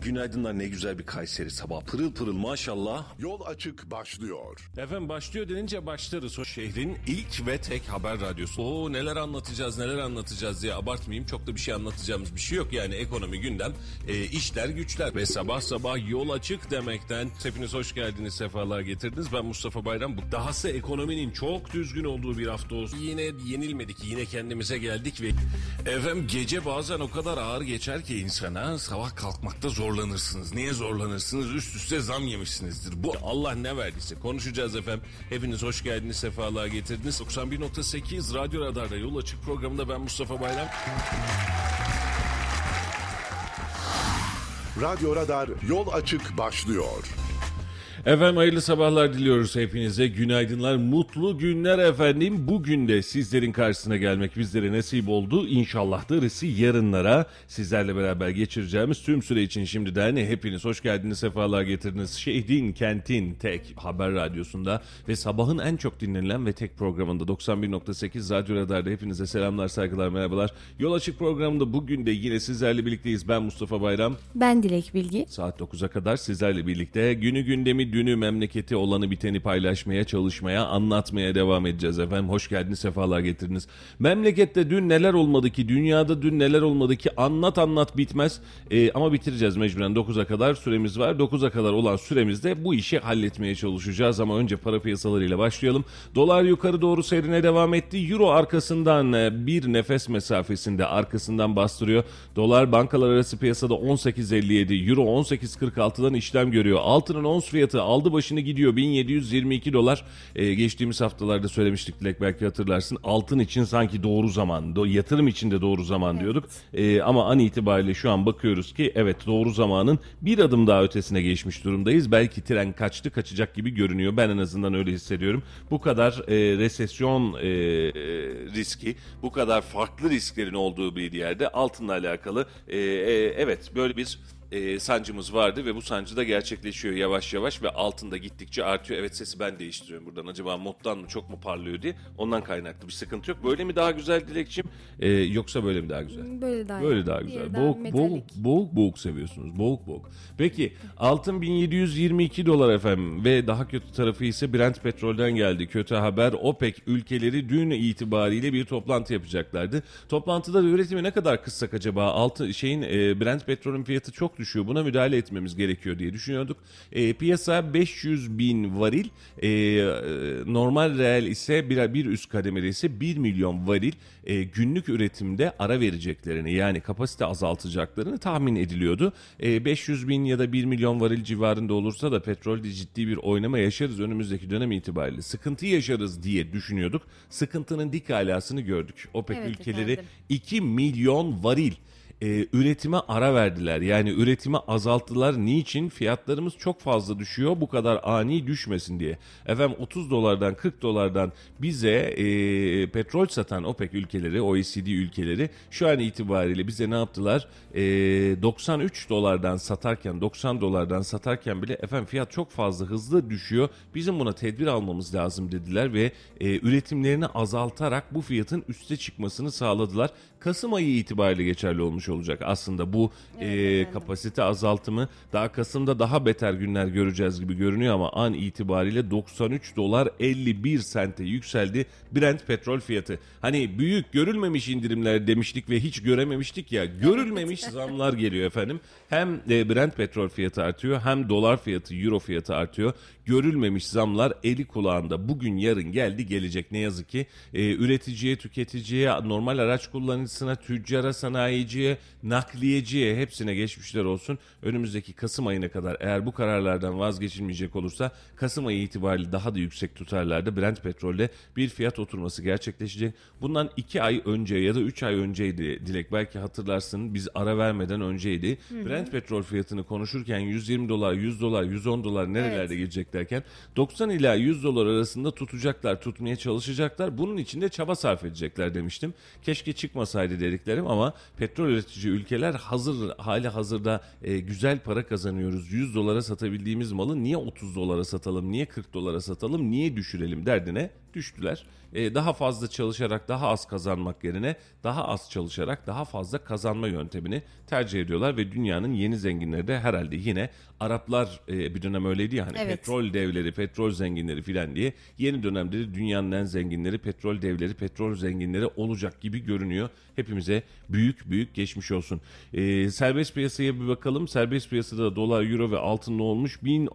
Günaydınlar, ne güzel bir Kayseri sabah. Pırıl pırıl maşallah. Yol açık başlıyor. Efendim başlıyor denince başlarız. O şehrin ilk ve tek haber radyosu. Oo, neler anlatacağız diye abartmayayım. Çok da bir şey anlatacağımız bir şey yok. Yani ekonomi, gündem, işler güçler. Ve sabah sabah yol açık demekten hepiniz hoş geldiniz, sefalar getirdiniz. Ben Mustafa Bayram. Bu dahası ekonominin çok düzgün olduğu bir hafta olsun. Yine yenilmedik, yine kendimize geldik ve efendim gece bazen o kadar ağır geçer ki insana, sabah kalkmakta zorlanırsınız. Niye zorlanırsınız? Üst üste zam yemişsinizdir. Bu Allah ne verdiyse. Konuşacağız efendim. Hepiniz hoş geldiniz, sefalar getirdiniz. 91.8 Radyo Radar'da Yol Açık programında ben Mustafa Bayram. Radyo Radar Yol Açık başlıyor. Efendim hayırlı sabahlar diliyoruz hepinize. Günaydınlar, mutlu günler efendim. Bugün de sizlerin karşısına gelmek bizlere nasip oldu. İnşallah darısı yarınlara sizlerle beraber geçireceğimiz tüm süre için şimdiden hepiniz hoş geldiniz, sefalar getirdiniz. Şehrin, kentin tek haber radyosunda ve sabahın en çok dinlenilen ve tek programında 91.8 Radyo Radar'da hepinize selamlar, saygılar, merhabalar. Yol Açık programında bugün de yine sizlerle birlikteyiz. Ben Mustafa Bayram. Ben Dilek Bilgi. Saat 9'a kadar sizlerle birlikte günü gündemi, dünü, memleketi, olanı biteni paylaşmaya, çalışmaya, anlatmaya devam edeceğiz efendim. Hoş geldiniz, sefalar getirdiniz. Memlekette dün neler olmadı ki, dünyada dün neler olmadı ki anlat bitmez. Ama bitireceğiz mecburen. 9'a kadar süremiz var. 9'a kadar olan süremizde bu işi halletmeye çalışacağız ama önce para piyasalarıyla başlayalım. Dolar yukarı doğru seyrine devam etti. Euro arkasından bir nefes mesafesinde arkasından bastırıyor. Dolar bankalar arası piyasada 18.57, Euro 18.46'dan işlem görüyor. Altının ons fiyatı aldı başını gidiyor, 1722 dolar. Geçtiğimiz haftalarda söylemiştik Dilek, belki hatırlarsın. Altın için sanki doğru zaman, yatırım için de doğru zaman diyorduk. Ama an itibariyle şu an bakıyoruz ki evet, doğru zamanın bir adım daha ötesine geçmiş durumdayız. Belki tren kaçacak gibi görünüyor. Ben en azından öyle hissediyorum. Bu kadar resesyon riski, bu kadar farklı risklerin olduğu bir yerde altınla alakalı evet böyle bir sancımız vardı ve bu sancı da gerçekleşiyor yavaş yavaş ve altında gittikçe artıyor. Evet, sesi ben değiştiriyorum buradan. Acaba moddan mı çok mu parlıyor diye. Ondan kaynaklı bir sıkıntı yok. Böyle mi daha güzel Dilekçim? Yoksa böyle mi daha güzel? Böyle daha güzel. Boğuk seviyorsunuz. Boğuk. Peki altın 1722 dolar efendim ve daha kötü tarafı ise Brent petrolden geldi. Kötü haber, OPEC ülkeleri dün itibariyle bir toplantı yapacaklardı. Toplantıda da üretimi ne kadar kıssak acaba? Brent petrolün fiyatı çok düşüyor. Buna müdahale etmemiz gerekiyor diye düşünüyorduk. Piyasa 500 bin varil, normal reel ise bir üst kademede ise 1 milyon varil günlük üretimde ara vereceklerini, yani kapasite azaltacaklarını tahmin ediliyordu. 500 bin ya da 1 milyon varil civarında olursa da petrolde ciddi bir oynama yaşarız. Önümüzdeki dönem itibariyle sıkıntı yaşarız diye düşünüyorduk. Sıkıntının dik alasını gördük. OPEC ülkeleri 2 milyon varil üretime ara verdiler. Yani üretimi azalttılar. Niçin? Fiyatlarımız çok fazla düşüyor. Bu kadar ani düşmesin diye. Efendim 30 dolardan 40 dolardan bize petrol satan OPEC ülkeleri, OECD ülkeleri şu an itibariyle bize ne yaptılar? 93 dolardan satarken, 90 dolardan satarken bile efendim fiyat çok fazla hızlı düşüyor. Bizim buna tedbir almamız lazım dediler ve üretimlerini azaltarak bu fiyatın üste çıkmasını sağladılar. Kasım ayı itibariyle geçerli olmuş olacak aslında bu kapasite azaltımı. Daha Kasım'da daha beter günler göreceğiz gibi görünüyor ama an itibariyle 93 dolar 51 sente yükseldi Brent petrol fiyatı. Hani büyük görülmemiş indirimler demiştik ve hiç görememiştik ya, görülmemiş zamlar geliyor efendim. Hem Brent petrol fiyatı artıyor, hem dolar fiyatı, euro fiyatı artıyor. Görülmemiş zamlar eli kulağında, bugün yarın geldi gelecek ne yazık ki. Üreticiye, tüketiciye, normal araç kullanıcısına, tüccara, sanayiciye, nakliyeciye hepsine geçmişler olsun. Önümüzdeki Kasım ayına kadar eğer bu kararlardan vazgeçilmeyecek olursa Kasım ayı itibariyle daha da yüksek tutarlarda Brent petrolde bir fiyat oturması gerçekleşecek. Bundan 2 ay önce ya da 3 ay önceydi Dilek, belki hatırlarsın, biz ara vermeden önceydi. Brent petrol fiyatını konuşurken 120 dolar, 100 dolar, 110 dolar nerelerde gelecek derken 90 ila 100 dolar arasında tutmaya çalışacaklar. Bunun için de çaba sarf edecekler demiştim. Keşke çıkmasaydı dediklerim ama petrol üretici ülkeler hali hazırda güzel para kazanıyoruz. 100 dolara satabildiğimiz malı niye 30 dolara satalım, niye 40 dolara satalım, niye düşürelim derdine düştüler. Daha fazla çalışarak daha az kazanmak yerine daha az çalışarak daha fazla kazanma yöntemini tercih ediyorlar ve dünyanın yeni zenginleri de herhalde yine Araplar bir dönem öyleydi ya hani Evet. petrol devleri, petrol zenginleri filan diye yeni dönemde de dünyanın en zenginleri, petrol devleri, petrol zenginleri olacak gibi görünüyor. Hepimize büyük büyük geçmiş olsun. Serbest piyasaya bir bakalım. Serbest piyasada dolar, euro ve altın ne olmuş?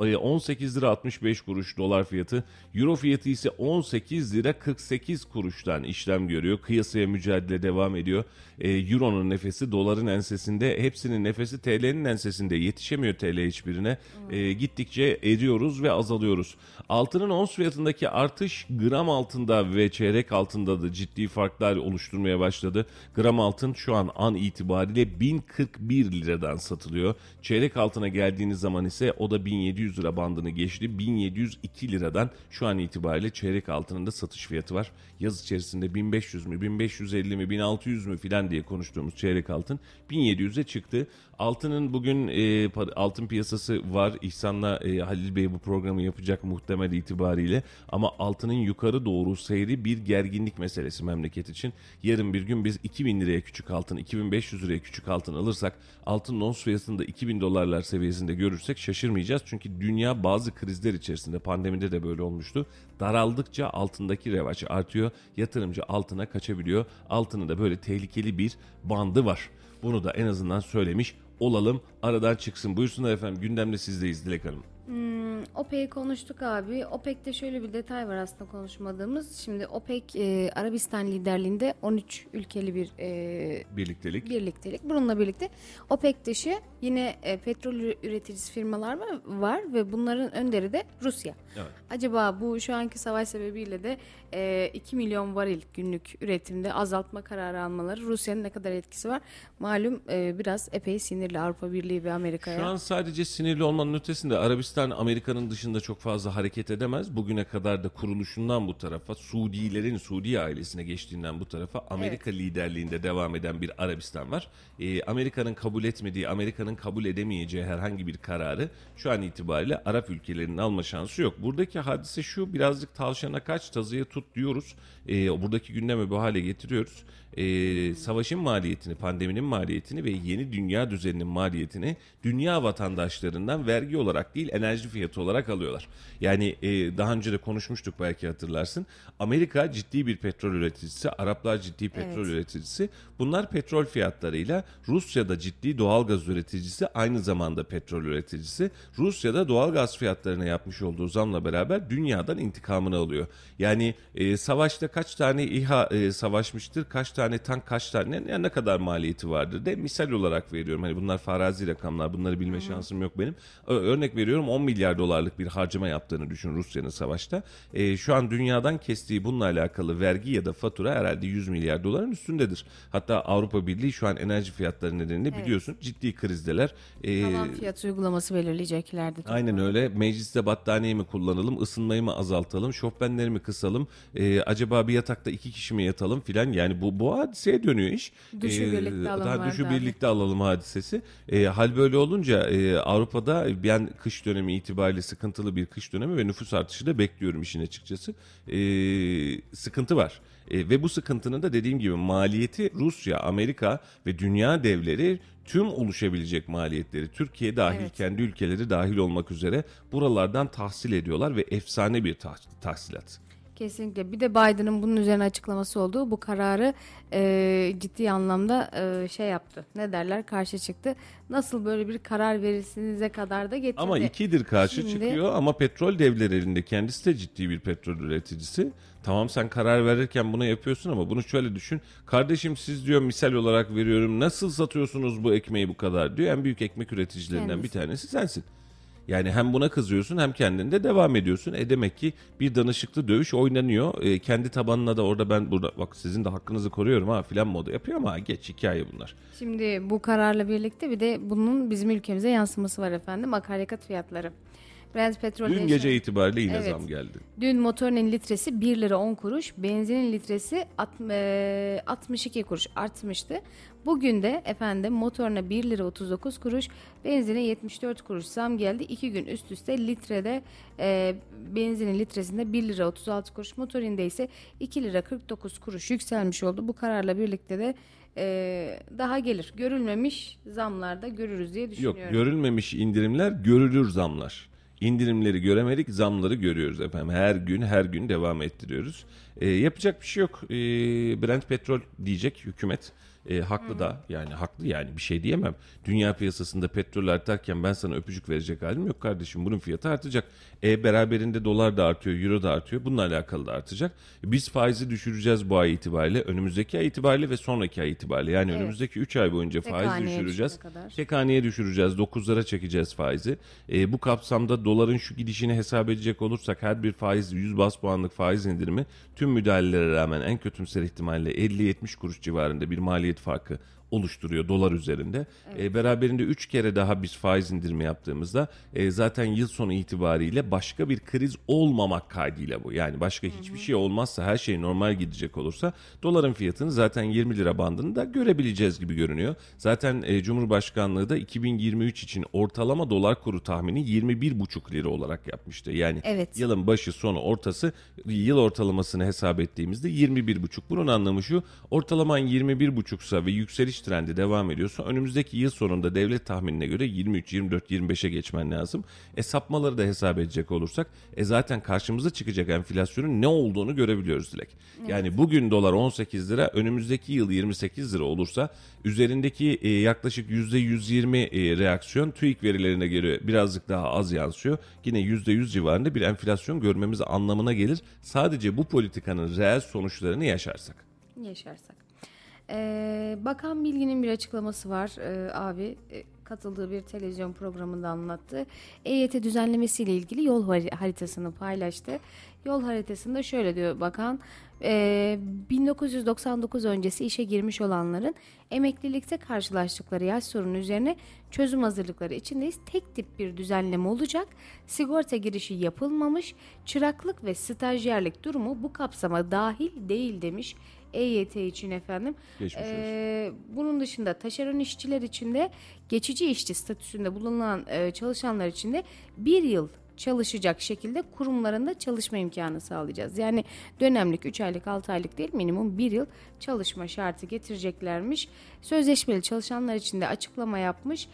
18 lira 65 kuruş dolar fiyatı. Euro fiyatı ise 18 lira 48 kuruştan işlem görüyor. Kıyasaya mücadele devam ediyor. Euro'nun nefesi doların ensesinde, hepsinin nefesi TL'nin ensesinde. Yetişemiyor TL hiçbirine. Gittikçe eriyoruz ve azalıyoruz. Altının ons fiyatındaki artış gram altında ve çeyrek altında da ciddi farklar oluşturmaya başladı. Gram altın şu an itibariyle 1041 liradan satılıyor. Çeyrek altına geldiğiniz zaman ise o da 1700 lira bandını geçti. 1702 liradan şu an itibariyle çeyrek altının da satış fiyatı var. Yaz içerisinde 1500 mü, 1550 mi, 1600 mü filan diye konuştuğumuz çeyrek altın 1700'e çıktı. Altının bugün altın piyasası var. İhsan'la Halil Bey bu programı yapacak muhtemel itibariyle. Ama altının yukarı doğru seyri bir gerginlik meselesi memleket için. Yarın bir gün biz 2000 liraya küçük altın, 2500 liraya küçük altın alırsak, altın ons fiyatını da 2000 dolarlar seviyesinde görürsek şaşırmayacağız. Çünkü dünya bazı krizler içerisinde, pandemide de böyle olmuştu. Daraldıkça altındaki revaç artıyor. Yatırımcı altına kaçabiliyor. Altının da böyle tehlikeli bir bandı var. Bunu da en azından söylemiş olalım. Aradan çıksın. Buyursunlar efendim. Gündemde sizdeyiz Dilek Hanım. OPEC'i konuştuk abi. OPEC'te şöyle bir detay var aslında konuşmadığımız. Şimdi OPEC Arabistan liderliğinde 13 ülkeli bir birliktelik. Bununla birlikte OPEC dışı yine petrol üreticisi firmalar var ve bunların önderi de Rusya. Evet. Acaba bu şu anki savaş sebebiyle de 2 milyon varil günlük üretimde azaltma kararı almaları Rusya'nın ne kadar etkisi var? Malum biraz epey sinirli Avrupa Birliği ve Amerika'ya. Şu an sadece sinirli olmanın ötesinde Arabistan Amerika'nın dışında çok fazla hareket edemez. Bugüne kadar da kuruluşundan bu tarafa, Suudi ailesine geçtiğinden bu tarafa Amerika liderliğinde devam eden bir Arabistan var. Amerika'nın kabul etmediği, Amerika'nın kabul edemeyeceği herhangi bir kararı şu an itibariyle Arap ülkelerinin alma şansı yok. Buradaki hadise şu, birazcık tavşana kaç, tazıya tut diyoruz. Buradaki gündeme bu hale getiriyoruz. Savaşın maliyetini, pandeminin maliyetini ve yeni dünya düzeninin maliyetini dünya vatandaşlarından vergi olarak değil, enerji fiyatı olarak alıyorlar. Yani daha önce de konuşmuştuk, belki hatırlarsın. Amerika ciddi bir petrol üreticisi, Araplar ciddi petrol üreticisi. Bunlar petrol fiyatlarıyla, Rusya'da ciddi doğalgaz üreticisi, aynı zamanda petrol üreticisi. Rusya'da doğalgaz fiyatlarına yapmış olduğu zamla beraber dünyadan intikamını alıyor. Yani savaşta kaç tane İHA savaşmıştır, kaç tane tank, kaç tane ne kadar maliyeti vardır de misal olarak veriyorum. Hani bunlar farazi rakamlar, bunları bilme şansım yok benim. Örnek veriyorum, 10 milyar dolarlık bir harcama yaptığını düşün Rusya'nın savaşta. Şu an dünyadan kestiği bununla alakalı vergi ya da fatura herhalde 100 milyar doların üstündedir. Hatta Avrupa Birliği şu an enerji fiyatları nedeniyle biliyorsun ciddi krizdeler. Tavan fiyat uygulaması belirleyeceklerdi. Aynen öyle. Mecliste battaniye mi kullanalım, ısınmayı mı azaltalım, şofbenleri mi kısalım, acaba bir yatakta 2 kişi mi yatalım filan, yani bu hadiseye dönüyor iş. Düşü birlikte alalım. Düşü birlikte alalım hadisesi. Hal böyle olunca Avrupa'da ben kış dönemi itibariyle sıkıntılı bir kış dönemi ve nüfus artışı da bekliyorum işin açıkçası. Sıkıntı var. Ve bu sıkıntının da dediğim gibi maliyeti Rusya, Amerika ve dünya devleri tüm oluşabilecek maliyetleri, Türkiye dahil, kendi ülkeleri dahil olmak üzere buralardan tahsil ediyorlar ve efsane bir tahsilat. Kesinlikle. Bir de Biden'ın bunun üzerine açıklaması oldu. Bu kararı ciddi anlamda şey yaptı. Ne derler? Karşı çıktı. Nasıl böyle bir karar verirsinize kadar da getirdi. Ama ikidir karşı çıkıyor ama petrol devleri elinde. Kendisi de ciddi bir petrol üreticisi. Tamam, sen karar verirken bunu yapıyorsun ama bunu şöyle düşün. Kardeşim, siz diyor, misal olarak veriyorum, nasıl satıyorsunuz bu ekmeği bu kadar diyor. En büyük ekmek üreticilerinden bir tanesi sensin. Yani hem buna kızıyorsun hem kendinde devam ediyorsun. Demek ki bir danışıklı dövüş oynanıyor. Kendi tabanına da orada bak sizin de hakkınızı koruyorum ha filan modu yapıyor ama geç hikaye bunlar. Şimdi bu kararla birlikte bir de bunun bizim ülkemize yansıması var efendim. Akaryakıt fiyatları. Brent petrol Dün gece itibariyle yine zam geldi. Dün motorinin litresi 1 lira 10 kuruş, benzinin litresi 62 kuruş artmıştı. Bugün de efendim motoruna 1 lira 39 kuruş, benzine 74 kuruş zam geldi. 2 gün üst üste litrede benzinin litresinde 1 lira 36 kuruş, motorinde ise 2 lira 49 kuruş yükselmiş oldu. Bu kararla birlikte de daha gelir. Görülmemiş zamlarda görürüz diye düşünüyorum. Yok, görülmemiş indirimler, görülür zamlar. İndirimleri göremedik, zamları görüyoruz efendim. Her gün devam ettiriyoruz. Yapacak bir şey yok. Brent petrol diyecek hükümet. Haklı da, yani haklı, yani bir şey diyemem. Dünya piyasasında petrol artarken ben sana öpücük verecek halim yok kardeşim. Bunun fiyatı artacak. Beraberinde dolar da artıyor, euro da artıyor. Bununla alakalı da artacak. Biz faizi düşüreceğiz bu ay itibariyle, önümüzdeki ay itibariyle ve sonraki ay itibariyle. Yani önümüzdeki 3 ay boyunca faiz düşüreceğiz. Tek haneye düşüreceğiz, 9'lara çekeceğiz faizi. Bu kapsamda doların şu gidişini hesap edecek olursak her bir faiz 100 bas puanlık faiz indirimi tüm müdahalelere rağmen en kötümser ihtimalle 50-70 kuruş civarında bir maliyet farkı oluşturuyor dolar üzerinde. Evet. Beraberinde 3 kere daha biz faiz indirimi yaptığımızda zaten yıl sonu itibariyle başka bir kriz olmamak kaydıyla bu. Yani başka hiçbir şey olmazsa, her şey normal gidecek olursa doların fiyatını zaten 20 lira bandında görebileceğiz gibi görünüyor. Zaten Cumhurbaşkanlığı da 2023 için ortalama dolar kuru tahmini 21,5 lira olarak yapmıştı. Yani yılın başı sonu ortası, yıl ortalamasını hesap ettiğimizde 21,5. Bunun anlamı şu: ortalaman 21,5'sa ve yükseliş trendi devam ediyorsa önümüzdeki yıl sonunda devlet tahminine göre 23, 24, 25'e geçmen lazım. Sapmaları da hesap edecek olursak zaten karşımıza çıkacak enflasyonun ne olduğunu görebiliyoruz Dilek. Evet. Yani bugün dolar 18 lira, önümüzdeki yıl 28 lira olursa üzerindeki yaklaşık %120 reaksiyon TÜİK verilerine göre birazcık daha az yansıyor. Yine %100 civarında bir enflasyon görmemiz anlamına gelir. Sadece bu politikanın reel sonuçlarını yaşarsak. Bakan Bilgin'in bir açıklaması var abi. Katıldığı bir televizyon programında anlattı. EYT düzenlemesiyle ilgili yol haritasını paylaştı. Yol haritasında şöyle diyor bakan: 1999 öncesi işe girmiş olanların emeklilikte karşılaştıkları yaş sorunu üzerine çözüm hazırlıkları içindeyiz. Tek tip bir düzenleme olacak. Sigorta girişi yapılmamış. Çıraklık ve stajyerlik durumu bu kapsama dahil değil demiş. EYT için efendim. Bunun dışında taşeron işçiler için de geçici işçi statüsünde bulunan çalışanlar için de 1 yıl çalışacak şekilde kurumlarında çalışma imkanı sağlayacağız. Yani dönemlik 3 aylık 6 aylık değil, minimum 1 yıl çalışma şartı getireceklermiş. Sözleşmeli çalışanlar için de açıklama yapmış.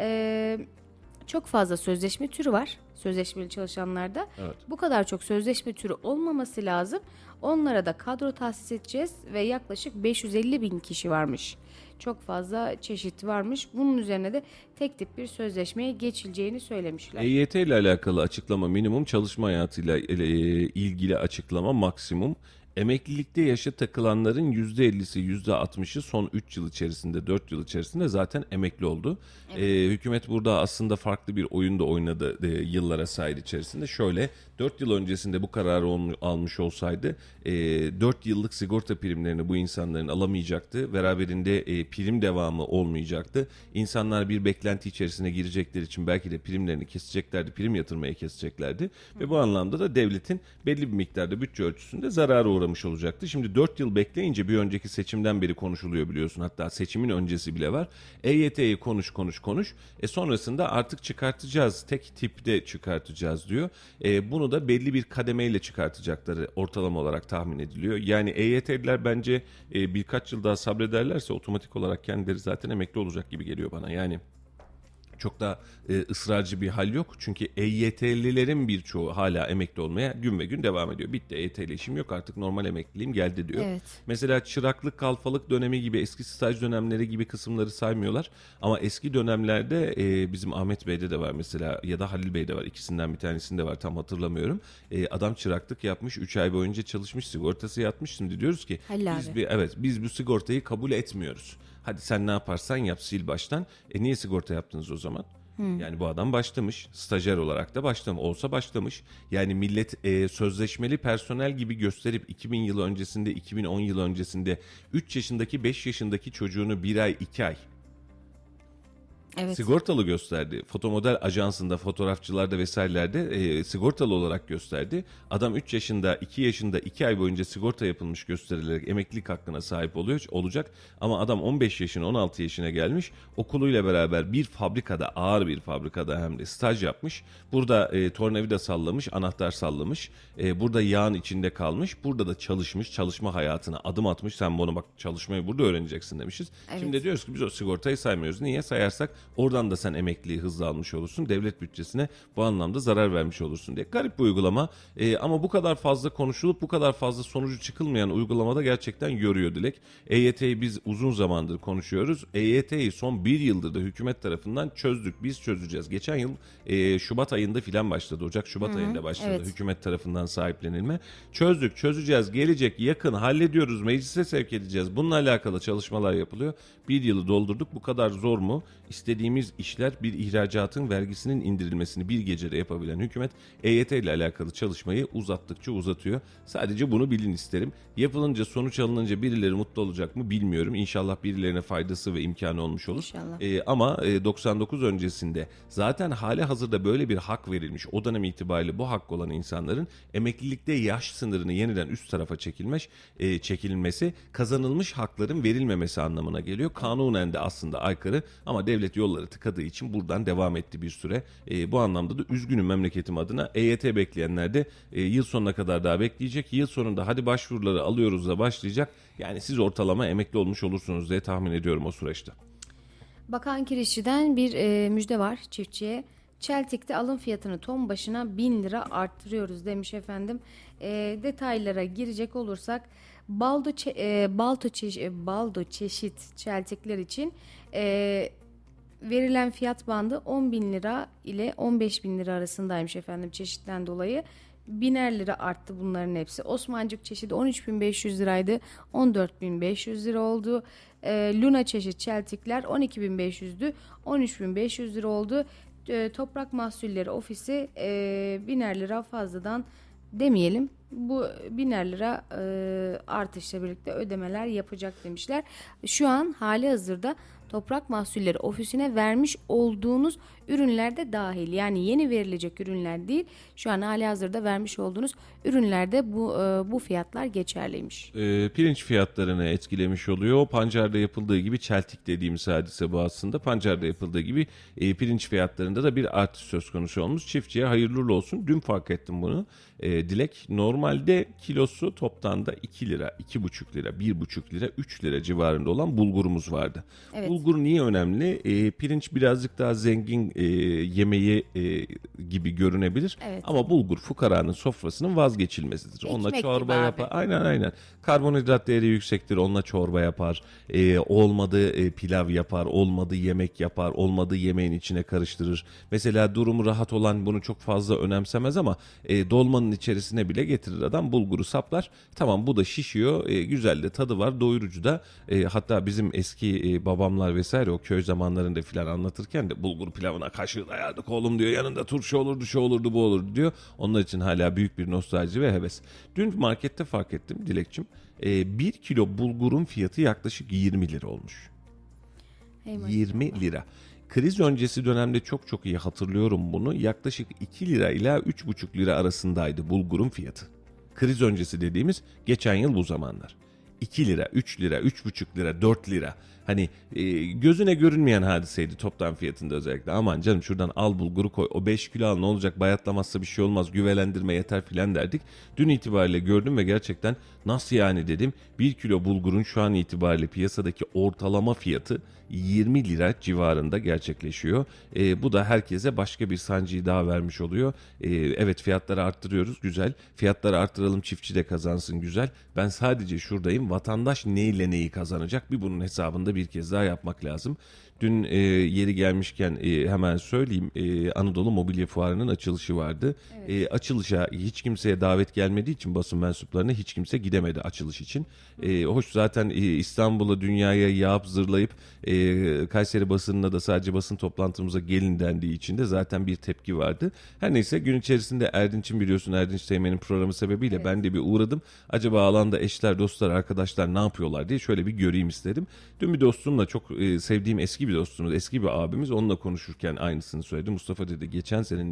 Çok fazla sözleşme türü var sözleşmeli çalışanlarda. Evet. Bu kadar çok sözleşme türü olmaması lazım. Onlara da kadro tahsis edeceğiz ve yaklaşık 550 bin kişi varmış. Çok fazla çeşit varmış. Bunun üzerine de tek tip bir sözleşmeye geçileceğini söylemişler. EYT ile alakalı açıklama minimum, çalışma hayatıyla ilgili açıklama maksimum. Emeklilikte yaşa takılanların %50'si %60'ı son 3 yıl içerisinde, 4 yıl içerisinde zaten emekli oldu. Evet. Hükümet burada aslında farklı bir oyun da oynadı yıllara sahip içerisinde. Şöyle, 4 yıl öncesinde bu kararı almış olsaydı 4 yıllık sigorta primlerini bu insanların alamayacaktı. Beraberinde prim devamı olmayacaktı. İnsanlar bir beklenti içerisine girecekleri için belki de primlerini keseceklerdi, prim yatırmaya keseceklerdi. Ve bu anlamda da devletin belli bir miktarda bütçe ölçüsünde zarara uğramış olacaktı. Şimdi 4 yıl bekleyince, bir önceki seçimden beri konuşuluyor biliyorsun. Hatta seçimin öncesi bile var. EYT'yi konuş. Sonrasında artık çıkartacağız. Tek tipte çıkartacağız diyor. Bunu da belli bir kademeyle çıkartacakları ortalama olarak tahmin ediliyor. Yani EYT'liler bence birkaç yıl daha sabrederlerse otomatik olarak kendileri zaten emekli olacak gibi geliyor bana. Yani çok da ısrarcı bir hal yok. Çünkü EYT'lilerin birçoğu hala emekli olmaya gün ve gün devam ediyor. Bitti, EYT'li işim yok artık, normal emekliliğim geldi diyor. Evet. Mesela çıraklık, kalfalık dönemi gibi, eski staj dönemleri gibi kısımları saymıyorlar. Ama eski dönemlerde bizim Ahmet Bey'de de var mesela, ya da Halil Bey'de var. İkisinden bir tanesinde var, tam hatırlamıyorum. Adam çıraklık yapmış, 3 ay boyunca çalışmış, sigortası yatmış. Şimdi diyoruz ki biz bu sigortayı kabul etmiyoruz. Hadi sen ne yaparsan yap, sil baştan. Niye sigorta yaptınız o zaman? Yani bu adam başlamış. Stajyer olarak da başlamış. Yani millet sözleşmeli personel gibi gösterip 2000 yıl öncesinde, 2010 yıl öncesinde 3 yaşındaki 5 yaşındaki çocuğunu 1 ay 2 ay Evet. Sigortalı gösterdi. Fotomodel ajansında, fotoğrafçılarda vesairelerde sigortalı olarak gösterdi. Adam 3 yaşında, 2 yaşında 2 ay boyunca sigorta yapılmış gösterilerek emeklilik hakkına sahip olacak. Ama adam 15 yaşına, 16 yaşına gelmiş. Okuluyla beraber bir fabrikada, ağır bir fabrikada hem de staj yapmış. Burada tornavida sallamış, anahtar sallamış. Burada yağın içinde kalmış. Burada da çalışmış, çalışma hayatına adım atmış. Sen bunu bak, çalışmayı burada öğreneceksin demişiz. Evet. Şimdi diyoruz ki biz o sigortayı saymıyoruz. Niye? Sayarsak oradan da sen emekliliği hızlı almış olursun. Devlet bütçesine bu anlamda zarar vermiş olursun diye. Garip bir uygulama ama bu kadar fazla konuşulup bu kadar fazla sonucu çıkılmayan uygulamada gerçekten yoruyor Dilek. EYT'yi biz uzun zamandır konuşuyoruz. EYT'yi son bir yıldır da hükümet tarafından çözdük. Biz çözeceğiz. Geçen yıl Şubat ayında filan başladı. Ocak-Şubat ayında başladı evet. hükümet tarafından sahiplenilme. Çözdük, çözeceğiz. Gelecek, yakın, hallediyoruz. Meclise sevk edeceğiz. Bununla alakalı çalışmalar yapılıyor. Bir yılı doldurduk. Bu kadar zor mu? İstediğimiz işler, bir ihracatın vergisinin indirilmesini bir gecede yapabilen hükümet EYT ile alakalı çalışmayı uzattıkça uzatıyor. Sadece bunu bilin isterim. Yapılınca, sonuç alınınca birileri mutlu olacak mı bilmiyorum. İnşallah birilerine faydası ve imkanı olmuş olur. Ama 99 öncesinde zaten hali hazırda böyle bir hak verilmiş. O dönem itibariyle bu hakkı olan insanların emeklilikte yaş sınırını yeniden üst tarafa çekilmesi kazanılmış hakların verilmemesi anlamına geliyor. Kanunen de aslında aykırı ama devlet yolları tıkadığı için buradan devam etti bir süre. Bu anlamda da üzgünüm memleketim adına. EYT bekleyenler de yıl sonuna kadar daha bekleyecek. Yıl sonunda hadi başvuruları alıyoruz da başlayacak. Yani siz ortalama emekli olmuş olursunuz diye tahmin ediyorum o süreçte. Bakan Kirişçi'den bir müjde var çiftçiye. Çeltik'te alım fiyatını ton başına 1000 lira arttırıyoruz demiş efendim. Detaylara girecek olursak baldo çeşit çeltikler için verilen fiyat bandı 10 bin lira ile 15 bin lira arasındaymış efendim çeşitten dolayı. 1000'er lira arttı bunların hepsi. Osmancık çeşidi 13.500 liraydı. 14.500 lira oldu. Luna çeşit çeltikler 12.500'dü. 13.500 lira oldu. Toprak Mahsulleri Ofisi 1000'er lira fazladan demeyelim. Bu 1000'er lira artışla birlikte ödemeler yapacak demişler. Şu an hali hazırda Toprak Mahsulleri Ofisi'ne vermiş olduğunuz ürünler de dahil. Yani yeni verilecek ürünler değil. Şu an hali hazırda vermiş olduğunuz ürünlerde bu fiyatlar geçerliymiş. Pirinç fiyatlarını etkilemiş oluyor. O pancarda yapıldığı gibi çeltik dediğimiz hadise bu aslında. Pancarda yapıldığı gibi pirinç fiyatlarında da bir artış söz konusu olmuş. Çiftçiye hayırlı uğurlu olsun. Dün fark ettim bunu. Dilek, normalde kilosu toptan da 2 lira, 2,5 lira, 1,5 lira, 3 lira civarında olan bulgurumuz vardı. Evet. Bulgur niye önemli? Pirinç birazcık daha zengin yemeği gibi görünebilir. Evet. Ama bulgur fukaranın sofrasının vazgeçilmesidir. Onunla Ekmek çorba gibi yapar. abi. Aynen. Karbonhidrat değeri yüksektir. Onunla çorba yapar. Olmadı pilav yapar. Olmadı yemek yapar. Olmadı yemeğin içine karıştırır. Mesela durumu rahat olan bunu çok fazla önemsemez ama dolmanın içerisine bile getirir adam. Bulguru saplar. Tamam, bu da şişiyor. Güzel de tadı var. Doyurucu da. Hatta bizim eski babamlar vesaire o köy zamanlarında filan anlatırken de bulgur pilavına kaşığı dayardık oğlum diyor. Yanında turşu olurdu, şu olurdu, bu olurdu diyor. Onlar için hala büyük bir nostalji ve heves. Dün markette fark ettim Dilekçim. 1 kilo bulgurun fiyatı yaklaşık 20 lira olmuş. 20 lira. Kriz öncesi dönemde çok iyi hatırlıyorum bunu. Yaklaşık 2 lira ile 3,5 lira arasındaydı bulgurun fiyatı. Kriz öncesi dediğimiz geçen yıl bu zamanlar. 2 lira, 3 lira, 3,5 lira, 4 lira. Hani gözüne görünmeyen hadiseydi toptan fiyatında özellikle. Aman canım şuradan al bulguru koy. O 5 kilo al, ne olacak, bayatlamazsa bir şey olmaz. Güvelendirme yeter filan derdik. Dün itibariyle gördüm ve gerçekten nasıl yani dedim. 1 kilo bulgurun şu an itibariyle piyasadaki ortalama fiyatı 20 lira civarında gerçekleşiyor. Bu da herkese başka bir sancıyı daha vermiş oluyor. Evet, fiyatları arttırıyoruz, güzel. Fiyatları arttıralım, çiftçi de kazansın, güzel. Ben sadece şuradayım, vatandaş neyle neyi kazanacak, bir bunun hesabında bir kez daha yapmak lazım. Dün yeri gelmişken hemen söyleyeyim, Anadolu Mobilya Fuarı'nın açılışı vardı. Evet. Açılışa hiç kimseye davet gelmediği için basın mensuplarına hiç kimse gidemedi açılış için. Hoş zaten İstanbul'a, dünyaya yağıp zırlayıp Kayseri basınına da sadece basın toplantımıza gelin dendiği için de zaten bir tepki vardı. Her neyse, gün içerisinde Erdinç'in, biliyorsun Erdinç Teğmen'in programı sebebiyle evet, ben de bir uğradım. Acaba alanda eşler, dostlar, arkadaşlar ne yapıyorlar diye şöyle bir göreyim istedim. Dün bir dostumla, çok sevdiğim eski eski bir dostumuz, eski bir abimiz, onunla konuşurken aynısını söyledi. Mustafa dedi geçen senenin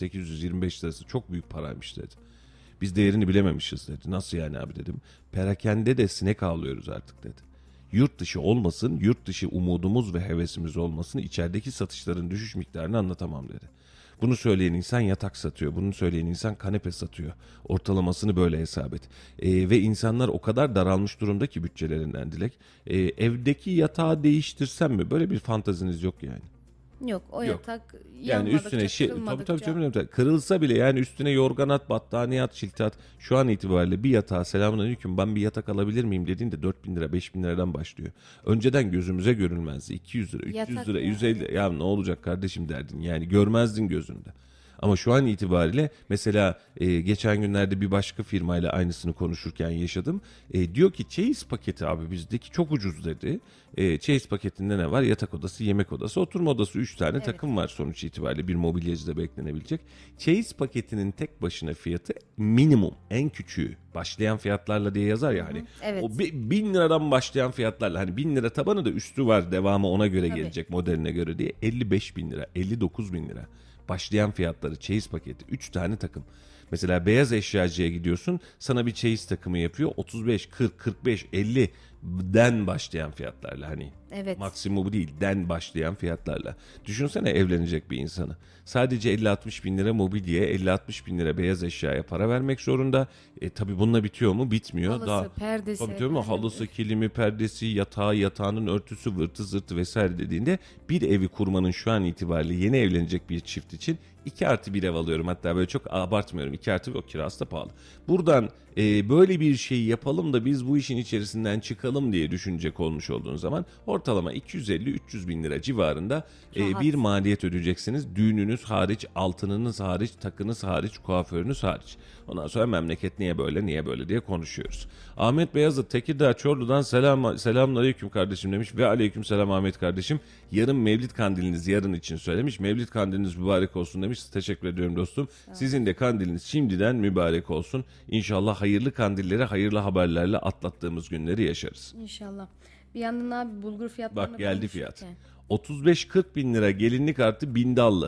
2825 lirası çok büyük paraymış dedi. Biz değerini bilememişiz dedi. Nasıl yani abi dedim. Perakende de sinek avlıyoruz artık dedi. Yurt dışı olmasın, yurt dışı umudumuz ve hevesimiz olmasın, içerideki satışların düşüş miktarını anlatamam dedi. Bunu söyleyen insan yatak satıyor, bunu söyleyen insan kanepe satıyor. Ortalamasını böyle hesap et. Ve insanlar o kadar daralmış durumda ki bütçelerinden Dilek. Evdeki yatağı değiştirsem mi? Böyle bir fantaziniz yok yani. Yok, o Yok. yatak Yani üstüne kırılmadıkça. tabii kırılsa bile yani üstüne yorgan at, battaniye at, şilte at. Şu an itibariyle bir yatağa selamünaleyküm ben bir yatak alabilir miyim dediğinde 4.000 lira 5.000 liradan başlıyor. Önceden gözümüze görülmezdi. 200 lira 300 Yatak lira ya. 150 lira ya ne olacak kardeşim derdin yani görmezdin gözünde. Ama şu an itibariyle mesela geçen günlerde bir başka firmayla aynısını konuşurken yaşadım. Diyor ki çeyiz paketi abi bizdeki çok ucuz dedi. Çeyiz paketinde ne var? Yatak odası, yemek odası, oturma odası 3 tane takım var sonuç itibariyle bir mobilyacıda beklenebilecek. Çeyiz paketinin tek başına fiyatı minimum en küçüğü başlayan fiyatlarla diye yazar ya hani. Evet. O 1000 liradan başlayan fiyatlarla hani 1000 lira tabanı da üstü var devamı ona göre gelecek modeline göre diye 55.000 lira 59.000 lira. Başlayan fiyatları çeyiz paketi 3 tane takım. Mesela beyaz eşyacıya gidiyorsun sana bir çeyiz takımı yapıyor 35, 40, 45, 50 den başlayan fiyatlarla hani Evet. maksimumu değil den başlayan fiyatlarla. Düşünsene evlenecek bir insanı. Sadece 50-60 bin lira mobilyaya 50-60 bin lira beyaz eşyaya para vermek zorunda. Tabii bununla bitiyor mu? Bitmiyor. Halısı, perdesi. Tabii mi? Halısı, kilimi, perdesi, yatağı, yatağının örtüsü, vırtı zırtı vesaire dediğinde bir evi kurmanın şu an itibariyle yeni evlenecek bir çift için 2+1 ev alıyorum. Hatta böyle çok abartmıyorum. 2+1 o kirası da pahalı. Buradan böyle bir şeyi yapalım da biz bu işin içerisinden çıkalım diye düşünecek olmuş olduğun zaman ortalama 250-300 bin lira civarında bir maliyet ödeyeceksiniz. Düğününüz hariç, altınınız hariç, takınız hariç, kuaförünüz hariç. Ondan sonra memleket niye böyle diye konuşuyoruz. Ahmet Beyazıt Tekirdağ Çorlu'dan selamünaleyküm kardeşim demiş ve aleykümselam Ahmet kardeşim. Yarın Mevlid kandiliniz yarın için söylemiş. Mevlid kandiliniz mübarek olsun demiş. Teşekkür ediyorum dostum. Sizin de kandiliniz şimdiden mübarek olsun. İnşallah hayırlı kandilleri, hayırlı haberlerle atlattığımız günleri yaşarız. İnşallah. Bir yandan abi bulgur fiyatlarına Bak geldi fiyat. konuşurken. 35-40 bin lira gelinlik artı bindallı.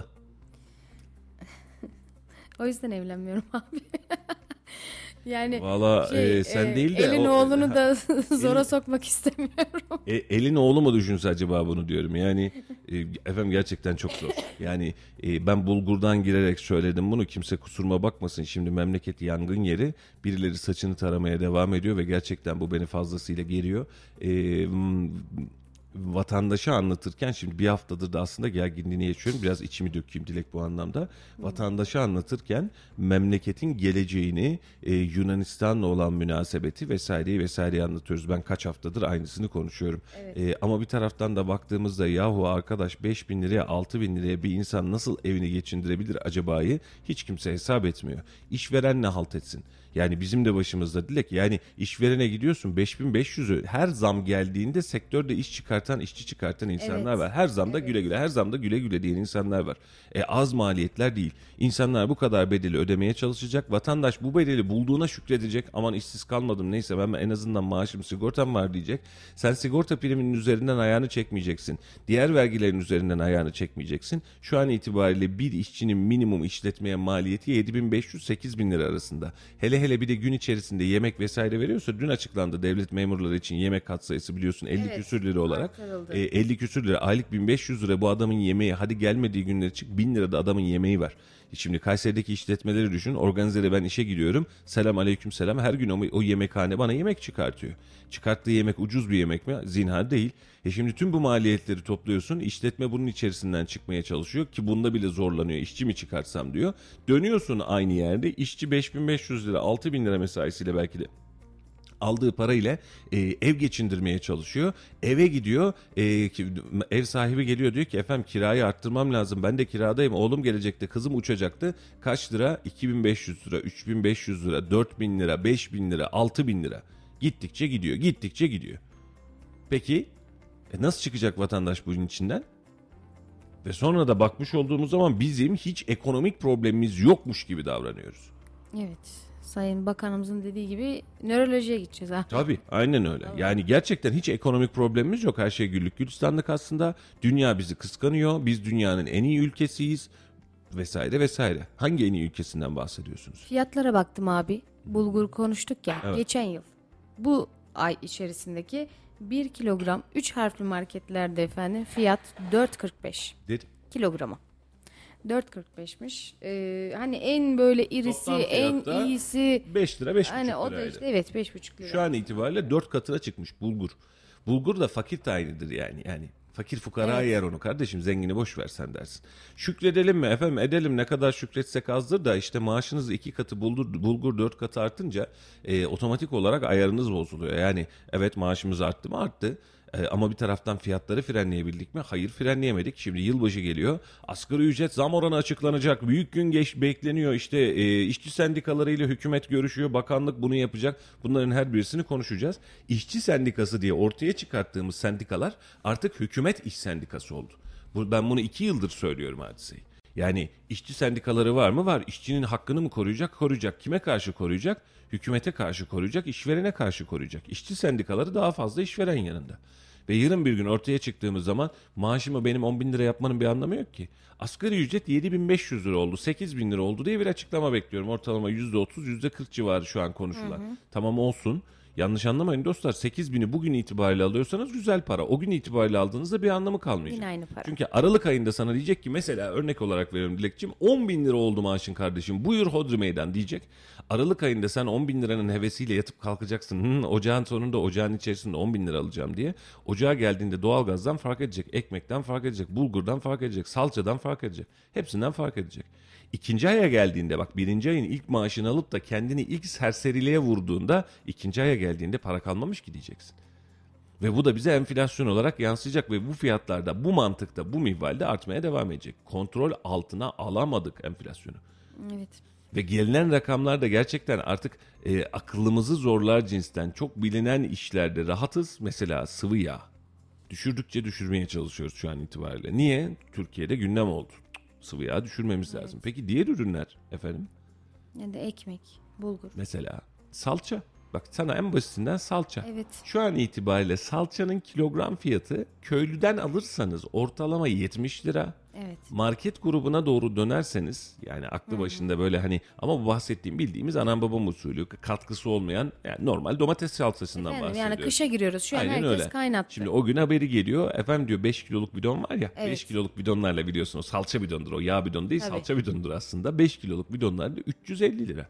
O yüzden evlenmiyorum abi. Yani Valla sen değil de elin oğlunu da zora sokmak istemiyorum. Elin oğlu mu düşünse acaba bunu diyorum. Yani efendim gerçekten çok zor. Yani ben bulgurdan girerek söyledim bunu. Kimse kusuruma bakmasın. Şimdi memleket yangın yeri. Birileri saçını taramaya devam ediyor ve gerçekten bu beni fazlasıyla geriyor. Vatandaşa anlatırken şimdi bir haftadır da aslında gerginliğini yaşıyorum. Biraz içimi dökeyim Dilek bu anlamda. Vatandaşa anlatırken memleketin geleceğini, Yunanistan'la olan münasebeti vesaireyi anlatıyoruz. Ben kaç haftadır aynısını konuşuyorum. Evet. Ama bir taraftan da baktığımızda yahu arkadaş 5.000 liraya 6.000 liraya bir insan nasıl evini geçindirebilir acabayı hiç kimse hesap etmiyor. İşveren ne halt etsin? Yani bizim de başımızda Dilek. Yani işverene gidiyorsun 5.500'ü her zam geldiğinde sektörde işçi çıkartan insanlar Evet. var. Her zamda güle güle, her zamda güle güle diyen insanlar var. Az maliyetler değil. İnsanlar bu kadar bedeli ödemeye çalışacak. Vatandaş bu bedeli bulduğuna şükredecek. Aman işsiz kalmadım neyse ben en azından maaşım sigortam var diyecek. Sen sigorta priminin üzerinden ayağını çekmeyeceksin. Diğer vergilerin üzerinden ayağını çekmeyeceksin. Şu an itibariyle bir işçinin minimum işletmeye maliyeti 7.500-8.000 lira arasında. Hele bir de gün içerisinde yemek vesaire veriyorsa dün açıklandı devlet memurları için yemek katsayısı biliyorsun 50 küsür lira olarak. 50 küsür lira aylık 1.500 lira bu adamın yemeği hadi gelmediği günleri çık 1.000 lira da adamın yemeği var. Şimdi Kayseri'deki işletmeleri düşün. Organizede ben işe gidiyorum. Selam aleyküm selam. Her gün o yemekhane bana yemek çıkartıyor. Çıkarttığı yemek ucuz bir yemek mi? Zinhar değil. Şimdi tüm bu maliyetleri topluyorsun. İşletme bunun içerisinden çıkmaya çalışıyor ki bunda bile zorlanıyor. İşçi mi çıkartsam diyor. Dönüyorsun aynı yerde. İşçi 5.500 lira 6.000 lira mesaisiyle belki de aldığı parayla ev geçindirmeye çalışıyor. Eve gidiyor. Ev sahibi geliyor diyor ki efendim kirayı arttırmam lazım. Ben de kiradayım. Oğlum gelecekti. Kızım uçacaktı. Kaç lira? 2.500 lira, 3.500 lira, 4.000 lira, 5.000 lira, 6.000 lira. Gittikçe gidiyor. Peki nasıl çıkacak vatandaş bunun içinden? Ve sonra da bakmış olduğumuz zaman bizim hiç ekonomik problemimiz yokmuş gibi davranıyoruz. Evet. Sayın Bakanımızın dediği gibi nörolojiye gideceğiz ha. Tabii aynen öyle. Yani gerçekten hiç ekonomik problemimiz yok. Her şey güllük gülistanlık aslında. Dünya bizi kıskanıyor. Biz dünyanın en iyi ülkesiyiz. Vesaire vesaire. Hangi en iyi ülkesinden bahsediyorsunuz? Fiyatlara baktım abi. Bulgur konuştuk ya. Evet. Geçen yıl bu ay içerisindeki 1 kilogram 3 harfli marketlerde efendim fiyat 4.45 Dedi. kilograma. 4.45'miş. Hani en böyle irisi, Toplam en fiyatta iyisi 5 lira 5,5 hani o da liraydı. işte evet 5.5 lira. Şu an itibariyle 4 katına çıkmış bulgur. Bulgur da fakir tayinidir yani. Yani fakir fukara Evet. yer onu kardeşim, zengini boş versen dersin. Şükredelim mi efendim, edelim, ne kadar şükretsek azdır da işte maaşınız 2 katı bulgur 4 katı artınca otomatik olarak ayarınız bozuluyor. Yani evet maaşımız arttı mı arttı. Ama bir taraftan fiyatları frenleyebildik mi? Hayır, frenleyemedik. Şimdi yılbaşı geliyor. Asgari ücret zam oranı açıklanacak. Büyük gün bekleniyor. İşte işçi sendikalarıyla hükümet görüşüyor. Bakanlık bunu yapacak. Bunların her birisini konuşacağız. İşçi sendikası diye ortaya çıkarttığımız sendikalar artık hükümet iş sendikası oldu. Ben bunu 2 yıldır söylüyorum hadiseyi. Yani işçi sendikaları var mı? Var. İşçinin hakkını mı koruyacak? Koruyacak. Kime karşı koruyacak? Hükümete karşı koruyacak, işverene karşı koruyacak. İşçi sendikaları daha fazla işveren yanında. Ve yarın bir gün ortaya çıktığımız zaman maaşımı benim 10 bin lira yapmanın bir anlamı yok ki. Asgari ücret 7.500 lira oldu, 8.000 lira oldu diye bir açıklama bekliyorum. Ortalama %30, %40 civarı şu an konuşulan. Tamam olsun. Yanlış anlamayın dostlar, 8.000'i bugün itibariyle alıyorsanız güzel para. O gün itibariyle aldığınızda bir anlamı kalmayacak. Yine aynı para. Çünkü Aralık ayında sana diyecek ki, mesela örnek olarak veriyorum Dilekçim, 10 bin lira oldu maaşın kardeşim, buyur hodri meydan diyecek. Aralık ayında sen 10 bin liranın hevesiyle yatıp kalkacaksın. Ocağın sonunda, ocağın içerisinde 10 bin lira alacağım diye. Ocağa geldiğinde doğalgazdan fark edecek, ekmekten fark edecek, bulgurdan fark edecek, salçadan fark edecek. Hepsinden fark edecek. İkinci aya geldiğinde, bak, birinci ayın ilk maaşını alıp da kendini ilk serseriliğe vurduğunda ikinci aya geldiğinde para kalmamış ki diyeceksin. Ve bu da bize enflasyon olarak yansıyacak ve bu fiyatlarda, bu mantıkta, bu minvalde artmaya devam edecek. Kontrol altına alamadık enflasyonu. Evet. Ve gelinen rakamlar da gerçekten artık akıllımızı zorlar cinsten. Çok bilinen işlerde rahatız. Mesela sıvı yağ. Düşürdükçe düşürmeye çalışıyoruz şu an itibariyle. Niye? Türkiye'de gündem oldu. Sıvı yağ düşürmemiz lazım. Peki diğer ürünler efendim? Ya da ekmek, bulgur. Mesela salça. Bak sana en basitinden salça. Evet. Şu an itibariyle salçanın kilogram fiyatı köylüden alırsanız ortalama 70 lira. Evet. Market grubuna doğru dönerseniz, yani aklı başında böyle hani, ama bu bahsettiğim bildiğimiz anam babam usulü, katkısı olmayan, yani normal domates salçasından Efendim, bahsediyoruz. yani kışa giriyoruz. Şu an Aynen herkes öyle. kaynattı. Şimdi o gün haberi geliyor. Efendim diyor, 5 kiloluk bidon var ya. Evet. 5 kiloluk bidonlarla, biliyorsunuz salça bidondur o, yağ bidon değil, Tabii. salça bidondur aslında. 5 kiloluk bidonlarla 350 lira.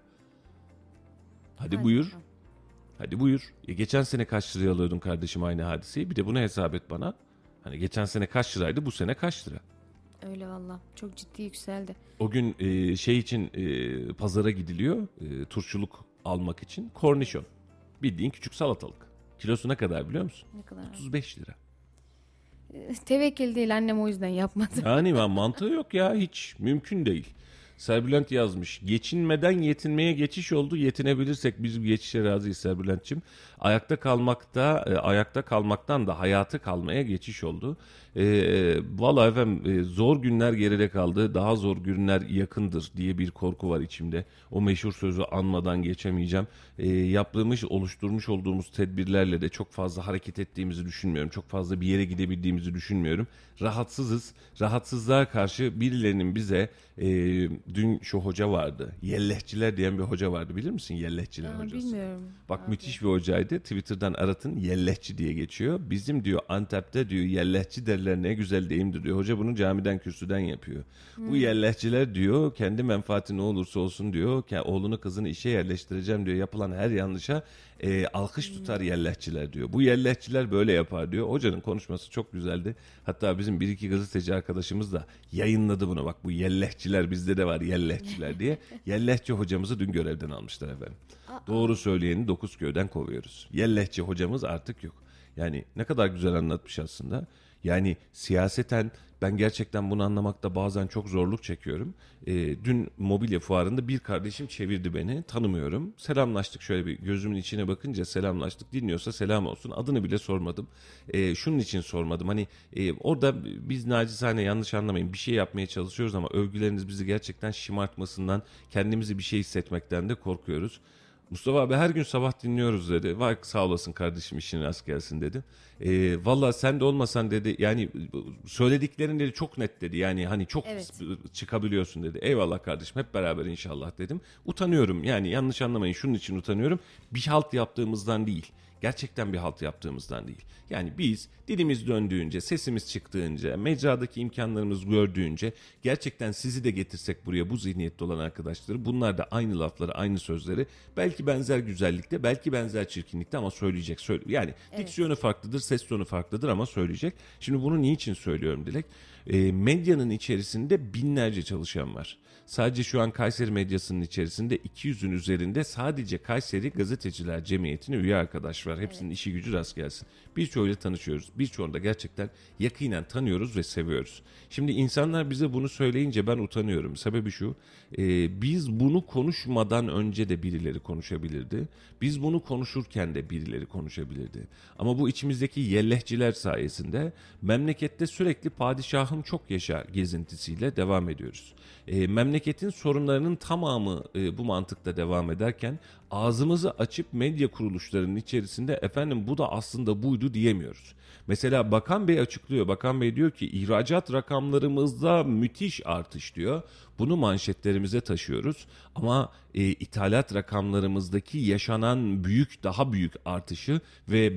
Hadi buyur. bakalım. Hadi buyur. Geçen sene kaç liraya alıyordun kardeşim aynı hadiseyi? Bir de bunu hesap et bana. Hani geçen sene kaç liraydı, bu sene kaç lira? Öyle valla. Çok ciddi yükseldi. O gün şey için pazara gidiliyor, turşuluk almak için, kornişon. Bildiğin küçük salatalık. Kilosu ne kadar biliyor musun? Ne kadar? 35 lira. Tevekkül değil, annem o yüzden yapmadı. Yani mantığı yok ya, hiç mümkün değil. Serbülent yazmış. Geçinmeden yetinmeye geçiş oldu. Yetinebilirsek biz bu geçişe razıyız Serbülent'ciğim. Ayakta kalmaktan da hayatı kalmaya geçiş oldu. Valla efendim, zor günler geride kaldı. Daha zor günler yakındır diye bir korku var içimde. O meşhur sözü anmadan geçemeyeceğim. Oluşturmuş olduğumuz tedbirlerle de çok fazla hareket ettiğimizi düşünmüyorum. Çok fazla bir yere gidebildiğimizi düşünmüyorum. Rahatsızız. Rahatsızlığa karşı birilerinin bize, dün şu hoca vardı. Yellehçiler diyen bir hoca vardı. Bilir misin Yellehçiler hocası? Bilmiyorum. Bak Abi. müthiş bir hocaydı. Twitter'dan aratın, Yellehçi diye geçiyor. Bizim diyor Antep'te diyor Yellehçi derler, ne güzel deyimdir diyor. Hoca bunu camiden kürsüden yapıyor. Bu Yellehçiler diyor kendi menfaati ne olursa olsun diyor, oğlunu kızını işe yerleştireceğim diyor. Yapılan her yanlışa alkış tutar Yellehçiler diyor. Bu Yellehçiler böyle yapar diyor. Hocanın konuşması çok güzeldi. Hatta bizim bir iki gazeteci arkadaşımız da yayınladı bunu. Bak bu Yellehçiler bizde de var, Yellehçiler diye. Yellehçi hocamızı dün görevden almışlar efendim. Doğru söyleyeni 9 köyden kovuyoruz. Yellehçi hocamız artık yok. Yani ne kadar güzel anlatmış aslında. Yani siyaseten Ben gerçekten bunu anlamakta bazen çok zorluk çekiyorum. Dün mobilya fuarında bir kardeşim çevirdi beni. Tanımıyorum. Selamlaştık, şöyle bir gözümün içine bakınca selamlaştık. Dinliyorsa selam olsun. Adını bile sormadım. Şunun için sormadım. Hani orada biz nacizane, yanlış anlamayın, bir şey yapmaya çalışıyoruz ama övgüleriniz bizi gerçekten şımartmasından, kendimizi bir şey hissetmekten de korkuyoruz. Mustafa abi her gün sabah dinliyoruz dedi. Vay sağ olasın kardeşim, işin rast gelsin dedi. Valla sen de olmasan dedi, yani söylediklerin dedi çok net dedi. Yani hani çok çıkabiliyorsun dedi. Eyvallah kardeşim, hep beraber inşallah dedim. Utanıyorum, yani yanlış anlamayın, şunun için utanıyorum. Bir halt yaptığımızdan değil. Gerçekten bir halt yaptığımızdan değil. Yani biz dilimiz döndüğünce, sesimiz çıktığınca, mecradaki imkanlarımız gördüğünce gerçekten sizi de getirsek buraya, bu zihniyette olan arkadaşları, bunlar da aynı lafları, aynı sözleri, belki benzer güzellikte, belki benzer çirkinlikte ama söyleyecek. Yani diksiyonu farklıdır, ses tonu farklıdır ama söyleyecek. Şimdi bunu niçin söylüyorum Dilek? Medyanın içerisinde binlerce çalışan var. Sadece şu an Kayseri medyasının içerisinde 200'ün üzerinde sadece Kayseri Gazeteciler Cemiyeti'ne üye arkadaş var. Hepsinin işi gücü rast gelsin. Birçoğuyla tanışıyoruz. Birçoğunu da gerçekten yakinen tanıyoruz ve seviyoruz. Şimdi insanlar bize bunu söyleyince ben utanıyorum. Sebebi şu, biz bunu konuşmadan önce de birileri konuşabilirdi. Biz bunu konuşurken de birileri konuşabilirdi. Ama bu içimizdeki yellehciler sayesinde memlekette sürekli padişahım çok yaşa gezintisiyle devam ediyoruz. Memleketin sorunlarının tamamı bu mantıkta devam ederken ağzımızı açıp medya kuruluşlarının içerisinde efendim bu da aslında buydu diyemiyoruz. Mesela Bakan Bey açıklıyor. Bakan Bey diyor ki ihracat rakamlarımızda müthiş artış diyor. Bunu manşetlerimize taşıyoruz ama ithalat rakamlarımızdaki yaşanan daha büyük artışı ve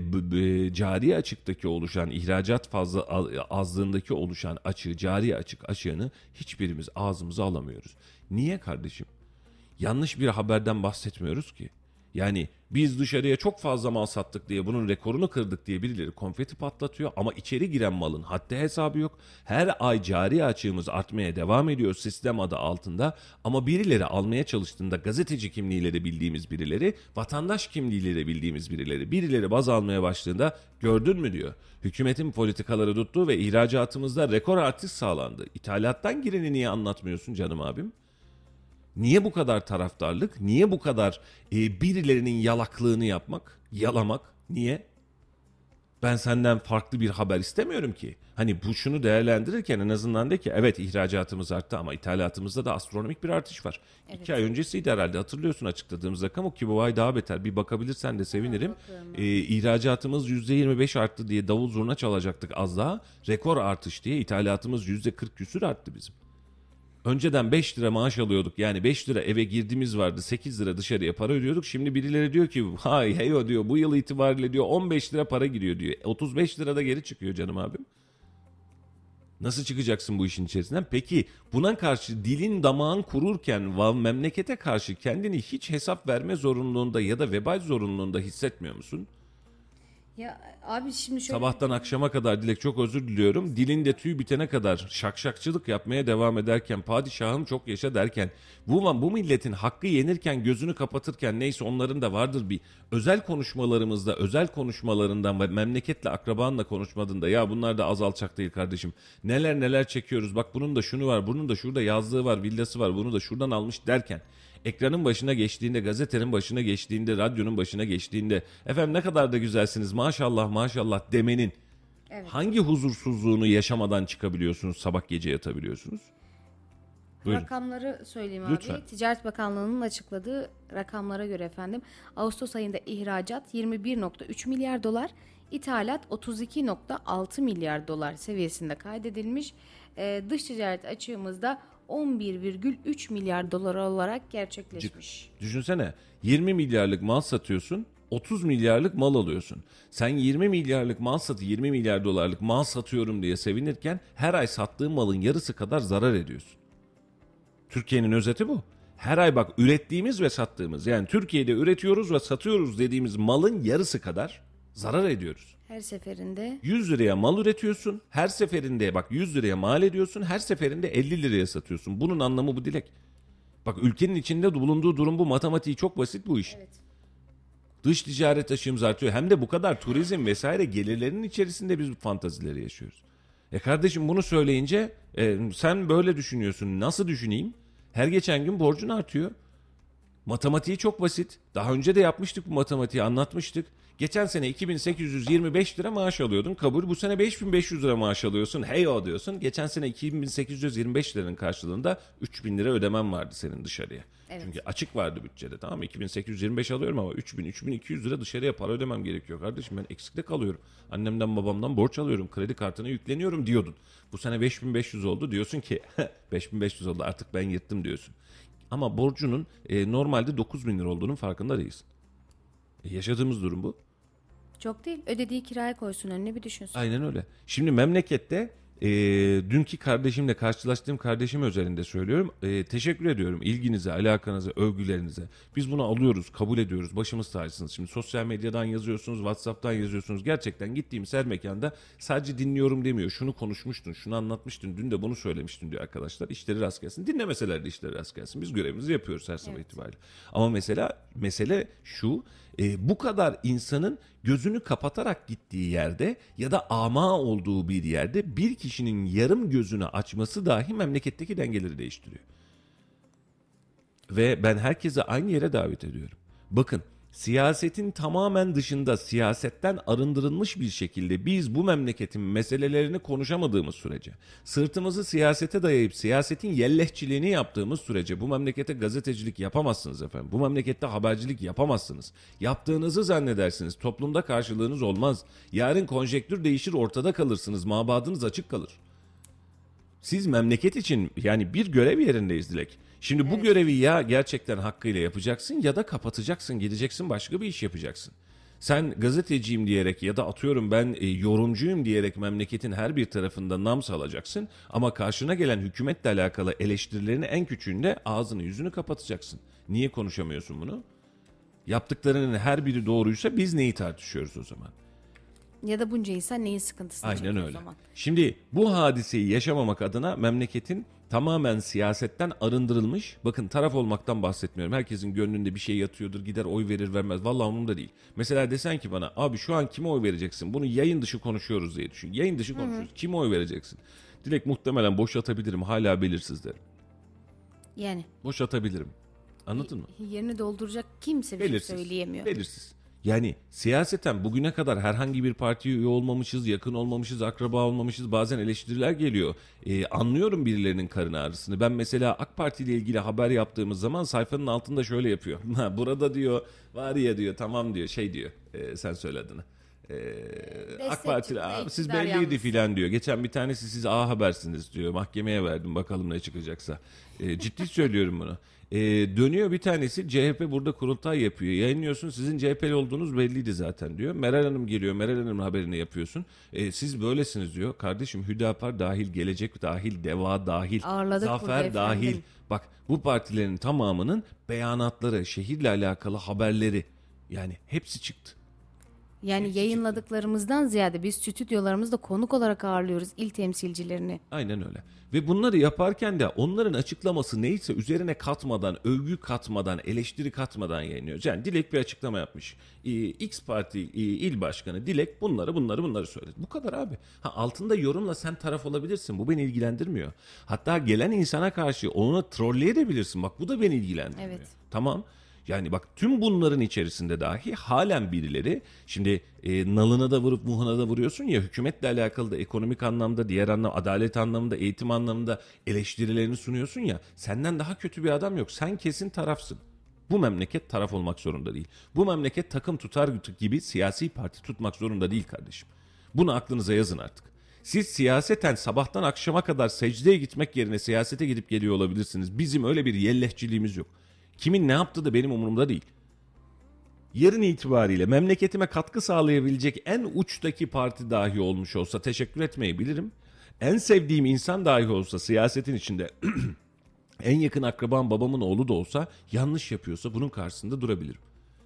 cari açıktaki oluşan, ihracat azlığındaki oluşan açığı, cari açık açığını hiçbirimiz ağzımıza alamıyoruz. Niye kardeşim? Yanlış bir haberden bahsetmiyoruz ki. Yani biz dışarıya çok fazla mal sattık diye, bunun rekorunu kırdık diye birileri konfeti patlatıyor ama içeri giren malın haddi hesabı yok. Her ay cari açığımız artmaya devam ediyor sistem adı altında ama birileri almaya çalıştığında gazeteci kimliğiyle de bildiğimiz birileri, vatandaş kimliğiyle de bildiğimiz birileri baz almaya başladığında gördün mü diyor. Hükümetin politikaları tuttu ve ihracatımızda rekor artış sağlandı. İthalattan gireni niye anlatmıyorsun canım abim? Niye bu kadar taraftarlık? Niye bu kadar birilerinin yalaklığını yalamak? Niye? Ben senden farklı bir haber istemiyorum ki. Hani bu şunu değerlendirirken en azından de ki evet ihracatımız arttı ama ithalatımızda da astronomik bir artış var. Evet. 2 ay öncesiydi herhalde, hatırlıyorsun açıkladığımız rakam, ki bu ay daha beter. Bir bakabilirsen de sevinirim. İhracatımız %25 arttı diye davul zurna çalacaktık az daha. Rekor artış diye ithalatımız %40 küsür arttı bizim. Önceden 5 lira maaş alıyorduk. Yani 5 lira eve girdiğimiz vardı. 8 lira dışarıya para ödüyorduk. Şimdi birileri diyor ki heyo diyor, bu yıl itibariyle diyor 15 lira para giriyor diyor. 35 lira da geri çıkıyor canım abim. Nasıl çıkacaksın bu işin içerisinden? Peki buna karşı dilin damağın kururken memlekete karşı kendini hiç hesap verme zorunluluğunda ya da vebal zorunluluğunda hissetmiyor musun? Ya abi şimdi şöyle... Sabahtan akşama kadar Dilek, çok özür diliyorum, dilinde tüy bitene kadar şakşakçılık yapmaya devam ederken, padişahım çok yaşa derken, bu milletin hakkı yenirken, gözünü kapatırken, neyse onların da vardır bir özel konuşmalarımızda, özel konuşmalarından ve memleketle akrabanla konuşmadığında ya bunlar da az alçak değil kardeşim, neler çekiyoruz, bak bunun da şunu var, bunun da şurada yazlığı var, villası var, bunu da şuradan almış derken, ekranın başına geçtiğinde, gazetenin başına geçtiğinde, radyonun başına geçtiğinde efendim ne kadar da güzelsiniz maşallah maşallah demenin hangi huzursuzluğunu yaşamadan çıkabiliyorsunuz, sabah gece yatabiliyorsunuz? Buyurun. Rakamları söyleyeyim Lütfen. abi. Ticaret Bakanlığı'nın açıkladığı rakamlara göre efendim Ağustos ayında ihracat 21.3 milyar dolar, ithalat 32.6 milyar dolar seviyesinde kaydedilmiş. Dış ticaret açığımızda 11,3 milyar dolar olarak gerçekleşmiş. Düşünsene, 20 milyarlık mal satıyorsun, 30 milyarlık mal alıyorsun. Sen 20 milyarlık mal 20 milyar dolarlık mal satıyorum diye sevinirken her ay sattığın malın yarısı kadar zarar ediyorsun. Türkiye'nin özeti bu. Her ay bak, ürettiğimiz ve sattığımız, yani Türkiye'de üretiyoruz ve satıyoruz dediğimiz malın yarısı kadar zarar ediyoruz. Her seferinde 100 liraya mal üretiyorsun. Her seferinde bak 100 liraya mal ediyorsun. Her seferinde 50 liraya satıyorsun. Bunun anlamı bu Dilek. Bak ülkenin içinde bulunduğu durum bu. Matematiği çok basit bu iş. evet. Dış ticaret açığımız artıyor. Hem de bu kadar turizm vesaire gelirlerinin içerisinde biz bu fantazileri yaşıyoruz. Kardeşim bunu söyleyince sen böyle düşünüyorsun. Nasıl düşüneyim? Her geçen gün borcun artıyor. Matematiği çok basit. Daha önce de yapmıştık bu matematiği, anlatmıştık. Geçen sene 2825 lira maaş alıyordun. Kabul. Bu sene 5500 lira maaş alıyorsun. Hey o diyorsun. Geçen sene 2825 liranın karşılığında 3000 lira ödemem vardı senin dışarıya. Evet. Çünkü açık vardı bütçede, tamam mı? 2825 alıyorum ama 3200 lira dışarıya para ödemem gerekiyor. Kardeşim ben eksikte kalıyorum. Annemden babamdan borç alıyorum. Kredi kartına yükleniyorum diyordun. Bu sene 5500 oldu, diyorsun ki 5500 oldu artık ben yırttım diyorsun. Ama borcunun normalde 9000 lira olduğunun farkında değilsin. Yaşadığımız durum bu. Çok değil. Ödediği kiraya koysun önüne, bir düşünsün. Aynen öyle. Şimdi memlekette dünkü kardeşimle karşılaştığım kardeşim özelinde söylüyorum. Teşekkür ediyorum ilginize, alakanıza, övgülerinize. Biz bunu alıyoruz, kabul ediyoruz. Başımız tacısınız. Şimdi sosyal medyadan yazıyorsunuz, WhatsApp'tan yazıyorsunuz. Gerçekten gittiğimiz her mekanda sadece dinliyorum demiyor. Şunu konuşmuştun, şunu anlatmıştın, dün de bunu söylemiştin diyor arkadaşlar. İşleri rast gelsin. Dinlemeseler de işleri rast gelsin. Biz görevimizi yapıyoruz her sabah itibariyle. Ama mesele şu. Bu kadar insanın gözünü kapatarak gittiği yerde ya da ama olduğu bir yerde bir kişinin yarım gözünü açması dahi memleketteki dengeleri değiştiriyor. Ve ben herkese aynı yere davet ediyorum. Bakın, siyasetin tamamen dışında, siyasetten arındırılmış bir şekilde biz bu memleketin meselelerini konuşamadığımız sürece, sırtımızı siyasete dayayıp siyasetin yellehçiliğini yaptığımız sürece bu memlekete gazetecilik yapamazsınız efendim. Bu memlekette habercilik yapamazsınız. Yaptığınızı zannedersiniz. Toplumda karşılığınız olmaz. Yarın konjektür değişir, ortada kalırsınız. Mabadınız açık kalır. Siz memleket için yani bir görev yerindeyiz Dilek. Şimdi bu görevi ya gerçekten hakkıyla yapacaksın ya da kapatacaksın, gideceksin başka bir iş yapacaksın. Sen gazeteciyim diyerek ya da atıyorum ben yorumcuyum diyerek memleketin her bir tarafında nam salacaksın. Ama karşına gelen hükümetle alakalı eleştirilerini en küçüğünde ağzını yüzünü kapatacaksın. Niye konuşamıyorsun bunu? Yaptıklarının her biri doğruysa biz neyi tartışıyoruz o zaman? Ya da bunca insan neyin sıkıntısını çekiyor Aynen o öyle. zaman? Şimdi bu hadiseyi yaşamamak adına memleketin tamamen siyasetten arındırılmış, bakın taraf olmaktan bahsetmiyorum. Herkesin gönlünde bir şey yatıyordur, gider oy verir vermez. Vallahi umurumda değil. Mesela desen ki bana abi şu an kime oy vereceksin? Bunu yayın dışı konuşuyoruz diye düşün. Yayın dışı konuşuyoruz. Kime oy vereceksin? Direkt muhtemelen boş atabilirim, hala belirsiz derim. Yani. Boş atabilirim. Anladın mı? Yerini dolduracak kimse bir şey söyleyemiyor. Belirsiz. Yani siyaseten bugüne kadar herhangi bir partiye üye olmamışız, yakın olmamışız, akraba olmamışız. Bazen eleştiriler geliyor. Anlıyorum birilerinin karın ağrısını. Ben mesela AK Parti ile ilgili haber yaptığımız zaman sayfanın altında şöyle yapıyor. Burada diyor, var ya diyor, tamam diyor, şey diyor, sen söyle adını. AK Parti siz belliydi filan diyor. Geçen bir tanesi siz A Haber'siniz diyor. Mahkemeye verdim bakalım ne çıkacaksa. Ciddi söylüyorum bunu. Dönüyor bir tanesi, CHP burada kurultay yapıyor. Yayınlıyorsun, sizin CHP'li olduğunuz belliydi zaten diyor. Meral Hanım geliyor, Meral Hanım'ın haberini yapıyorsun. Siz böylesiniz diyor. Kardeşim Hüdapar dahil, Gelecek dahil, Deva dahil, Ağırladık Zafer dahil. Bak bu partilerin tamamının beyanatları, şehirle alakalı haberleri, yani hepsi çıktı. Yani yayınladıklarımızdan ziyade biz stüdyolarımızda konuk olarak ağırlıyoruz il temsilcilerini. Aynen öyle. Ve bunları yaparken de onların açıklaması neyse üzerine katmadan, övgü katmadan, eleştiri katmadan yayınlıyoruz. Yani Dilek bir açıklama yapmış. X Parti il başkanı Dilek bunları söyledi. Bu kadar abi. Altında yorumla sen taraf olabilirsin. Bu beni ilgilendirmiyor. Hatta gelen insana karşı onu trolleyebilirsin. Bak bu da beni ilgilendirmiyor. Evet. Tamam. Yani bak tüm bunların içerisinde dahi halen birileri şimdi nalına da vurup muhuna da vuruyorsun ya, hükümetle alakalı da ekonomik anlamda, diğer anlamda, adalet anlamında, eğitim anlamında eleştirilerini sunuyorsun ya, senden daha kötü bir adam yok. Sen kesin tarafsın. Bu memleket taraf olmak zorunda değil. Bu memleket takım tutar gibi siyasi parti tutmak zorunda değil kardeşim. Bunu aklınıza yazın artık. Siz siyaseten sabahtan akşama kadar secdeye gitmek yerine siyasete gidip geliyor olabilirsiniz. Bizim öyle bir yellehçiliğimiz yok. Kimin ne yaptığı da benim umurumda değil. Yarın itibariyle memleketime katkı sağlayabilecek en uçtaki parti dahi olmuş olsa teşekkür etmeyi bilirim. En sevdiğim insan dahi olsa siyasetin içinde en yakın akrabam babamın oğlu da olsa yanlış yapıyorsa bunun karşısında durabilirim.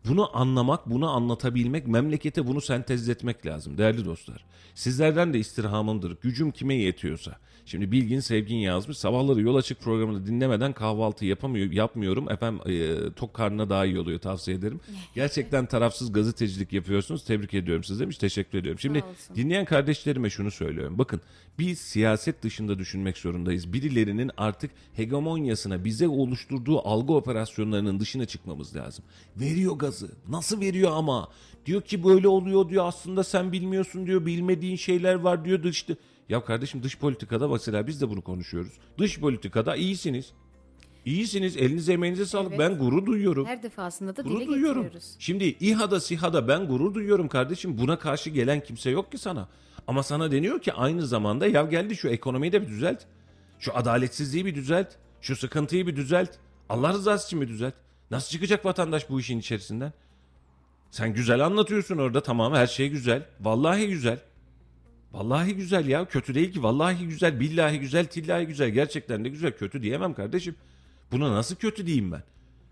Bunu anlamak, bunu anlatabilmek, memlekete bunu sentez etmek lazım değerli dostlar. Sizlerden de istirhamımdır. Gücüm kime yetiyorsa. Şimdi Bilgin Sevgin yazmış. Sabahları Yol Açık programını dinlemeden kahvaltı yapmıyorum. Tok karnına daha iyi oluyor, tavsiye ederim. Gerçekten tarafsız gazetecilik yapıyorsunuz. Tebrik ediyorum size demiş. Teşekkür ediyorum. Şimdi dinleyen kardeşlerime şunu söylüyorum. Bakın, biz siyaset dışında düşünmek zorundayız. Birilerinin artık hegemonyasına, bize oluşturduğu algı operasyonlarının dışına çıkmamız lazım. Veriyor gazı. Nasıl veriyor ama? Diyor ki böyle oluyor diyor. Aslında sen bilmiyorsun diyor. Bilmediğin şeyler var diyor. Ya kardeşim, dış politikada mesela biz de bunu konuşuyoruz. Dış politikada iyisiniz. İyisiniz. Elinize emeğinize sağlık. Evet. Ben gurur duyuyorum. Her defasında da gurur dile duyuyorum. getiriyoruz. Şimdi İHA'da SİHA'da ben gurur duyuyorum kardeşim. Buna karşı gelen kimse yok ki sana. Ama sana deniyor ki aynı zamanda ya geldi şu ekonomiyi de bir düzelt. Şu adaletsizliği bir düzelt. Şu sıkıntıyı bir düzelt. Allah rızası için bir düzelt. Nasıl çıkacak vatandaş bu işin içerisinden? Sen güzel anlatıyorsun orada, tamam, her şey güzel. Vallahi güzel. Vallahi güzel ya, kötü değil ki, vallahi güzel, billahi güzel, tillahi güzel, gerçekten de güzel, kötü diyemem kardeşim. Buna nasıl kötü diyeyim ben?